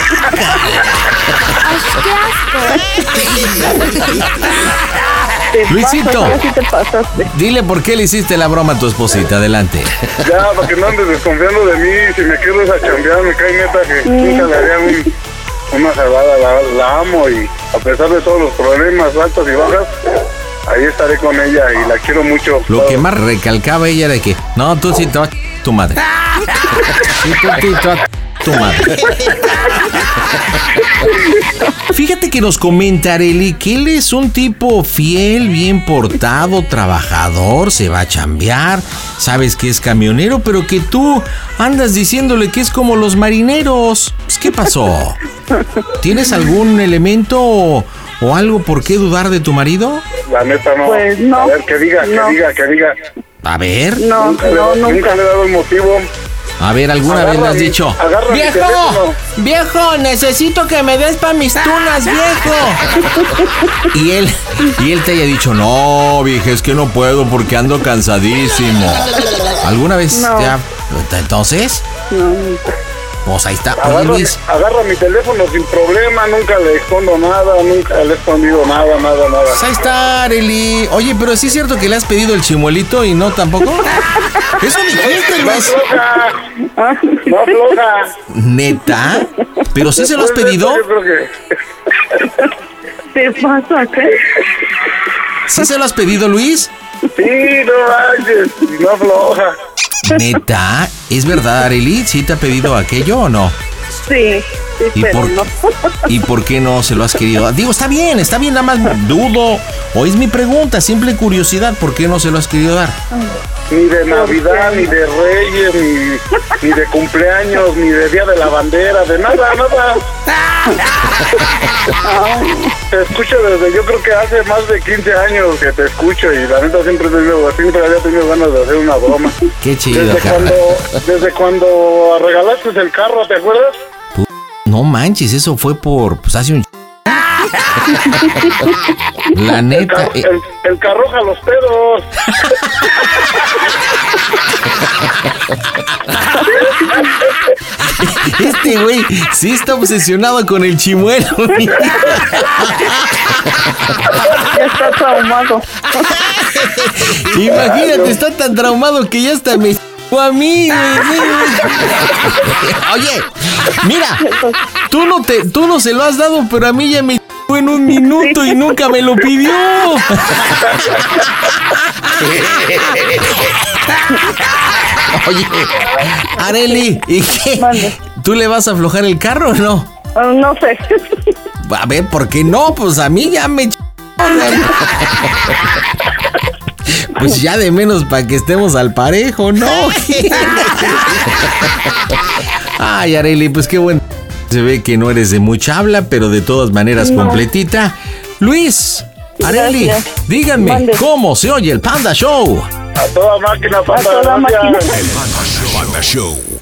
S2: Luisito, dile por qué le hiciste la broma a tu esposita. Adelante.
S8: Ya, para que no andes desconfiando de mí. Si me quedo a chambear, me cae neta que nunca le haría una salvada. La amo y a pesar de todos los problemas, altas y bajas, ahí estaré con ella y la quiero mucho.
S2: Lo que más recalcaba ella era que, no, tú sí te vas tu madre. Sí, tú sí te vas tu madre. Fíjate que nos comenta Arely que él es un tipo fiel, bien portado, trabajador, se va a chambear, sabes que es camionero, pero que tú andas diciéndole que es como los marineros. Pues, ¿qué pasó? ¿Tienes algún elemento o algo por qué dudar de tu marido?
S8: La neta no.
S7: Pues no.
S8: A ver, que diga.
S2: A ver.
S8: Nunca le he dado el motivo.
S2: A ver, ¿alguna vez le has dicho?
S14: Viejo, necesito que me des pa' mis tunas, viejo.
S2: Y él te haya dicho, no, vieja, es que no puedo porque ando cansadísimo. ¿Alguna vez
S7: No.
S2: te ha... Entonces?
S7: No.
S2: Pues ahí está. Oye, Luis,
S8: Agarra mi teléfono sin problema, nunca le escondo nada, nunca le he escondido nada.
S2: pues ahí está, Arely. Oye, pero sí es cierto que le has pedido el chimuelito y no tampoco. Eso dijiste, Luis.
S8: No afloja.
S2: ¿Neta? ¿Pero sí se lo has pedido?
S8: Yo creo que...
S7: ¿Te pasa qué?
S2: ¿Sí se lo has pedido, Luis?
S8: Sí, no manches, no afloja.
S2: ¿Neta? ¿Es verdad, Arely? ¿Sí te ha pedido aquello o no?
S7: Sí, pero no.
S2: ¿Y por qué no se lo has querido dar? Digo, está bien, nada más dudo. O es mi pregunta, simple curiosidad, ¿por qué no se lo has querido dar?
S8: Ni de Navidad, ni de Reyes, ni de cumpleaños, ni de Día de la Bandera, de nada. Te escucho desde, yo creo que hace más de 15 años que te escucho y la neta siempre había tenido ganas de hacer una broma.
S2: Qué chido,
S8: Desde cuando regalaste el carro, ¿te acuerdas?
S2: No manches, eso fue pues hace un... La neta.
S8: El carro a los pedos.
S2: Este güey sí está obsesionado con el chimuelo.
S7: Ya está traumado.
S2: Imagínate, está tan traumado que ya hasta me a mí. Oye, mira, tú no se lo has dado, pero a mí ya me en un minuto y nunca me lo pidió. Oye, Arely, ¿y qué?
S7: Mande.
S2: ¿Tú le vas a aflojar el carro o no?
S7: No sé.
S2: A ver, ¿por qué no? Pues a mí ya me... Pues ya de menos para que estemos al parejo, ¿no? Ay, Arely, pues qué bueno. Se ve que no eres de mucha habla, pero de todas maneras completita. Luis, Arely, díganme,
S7: Mande.
S2: ¿cómo se oye el Panda Show?
S8: A toda máquina, Panda.
S7: A toda máquina.
S12: El Panda Show.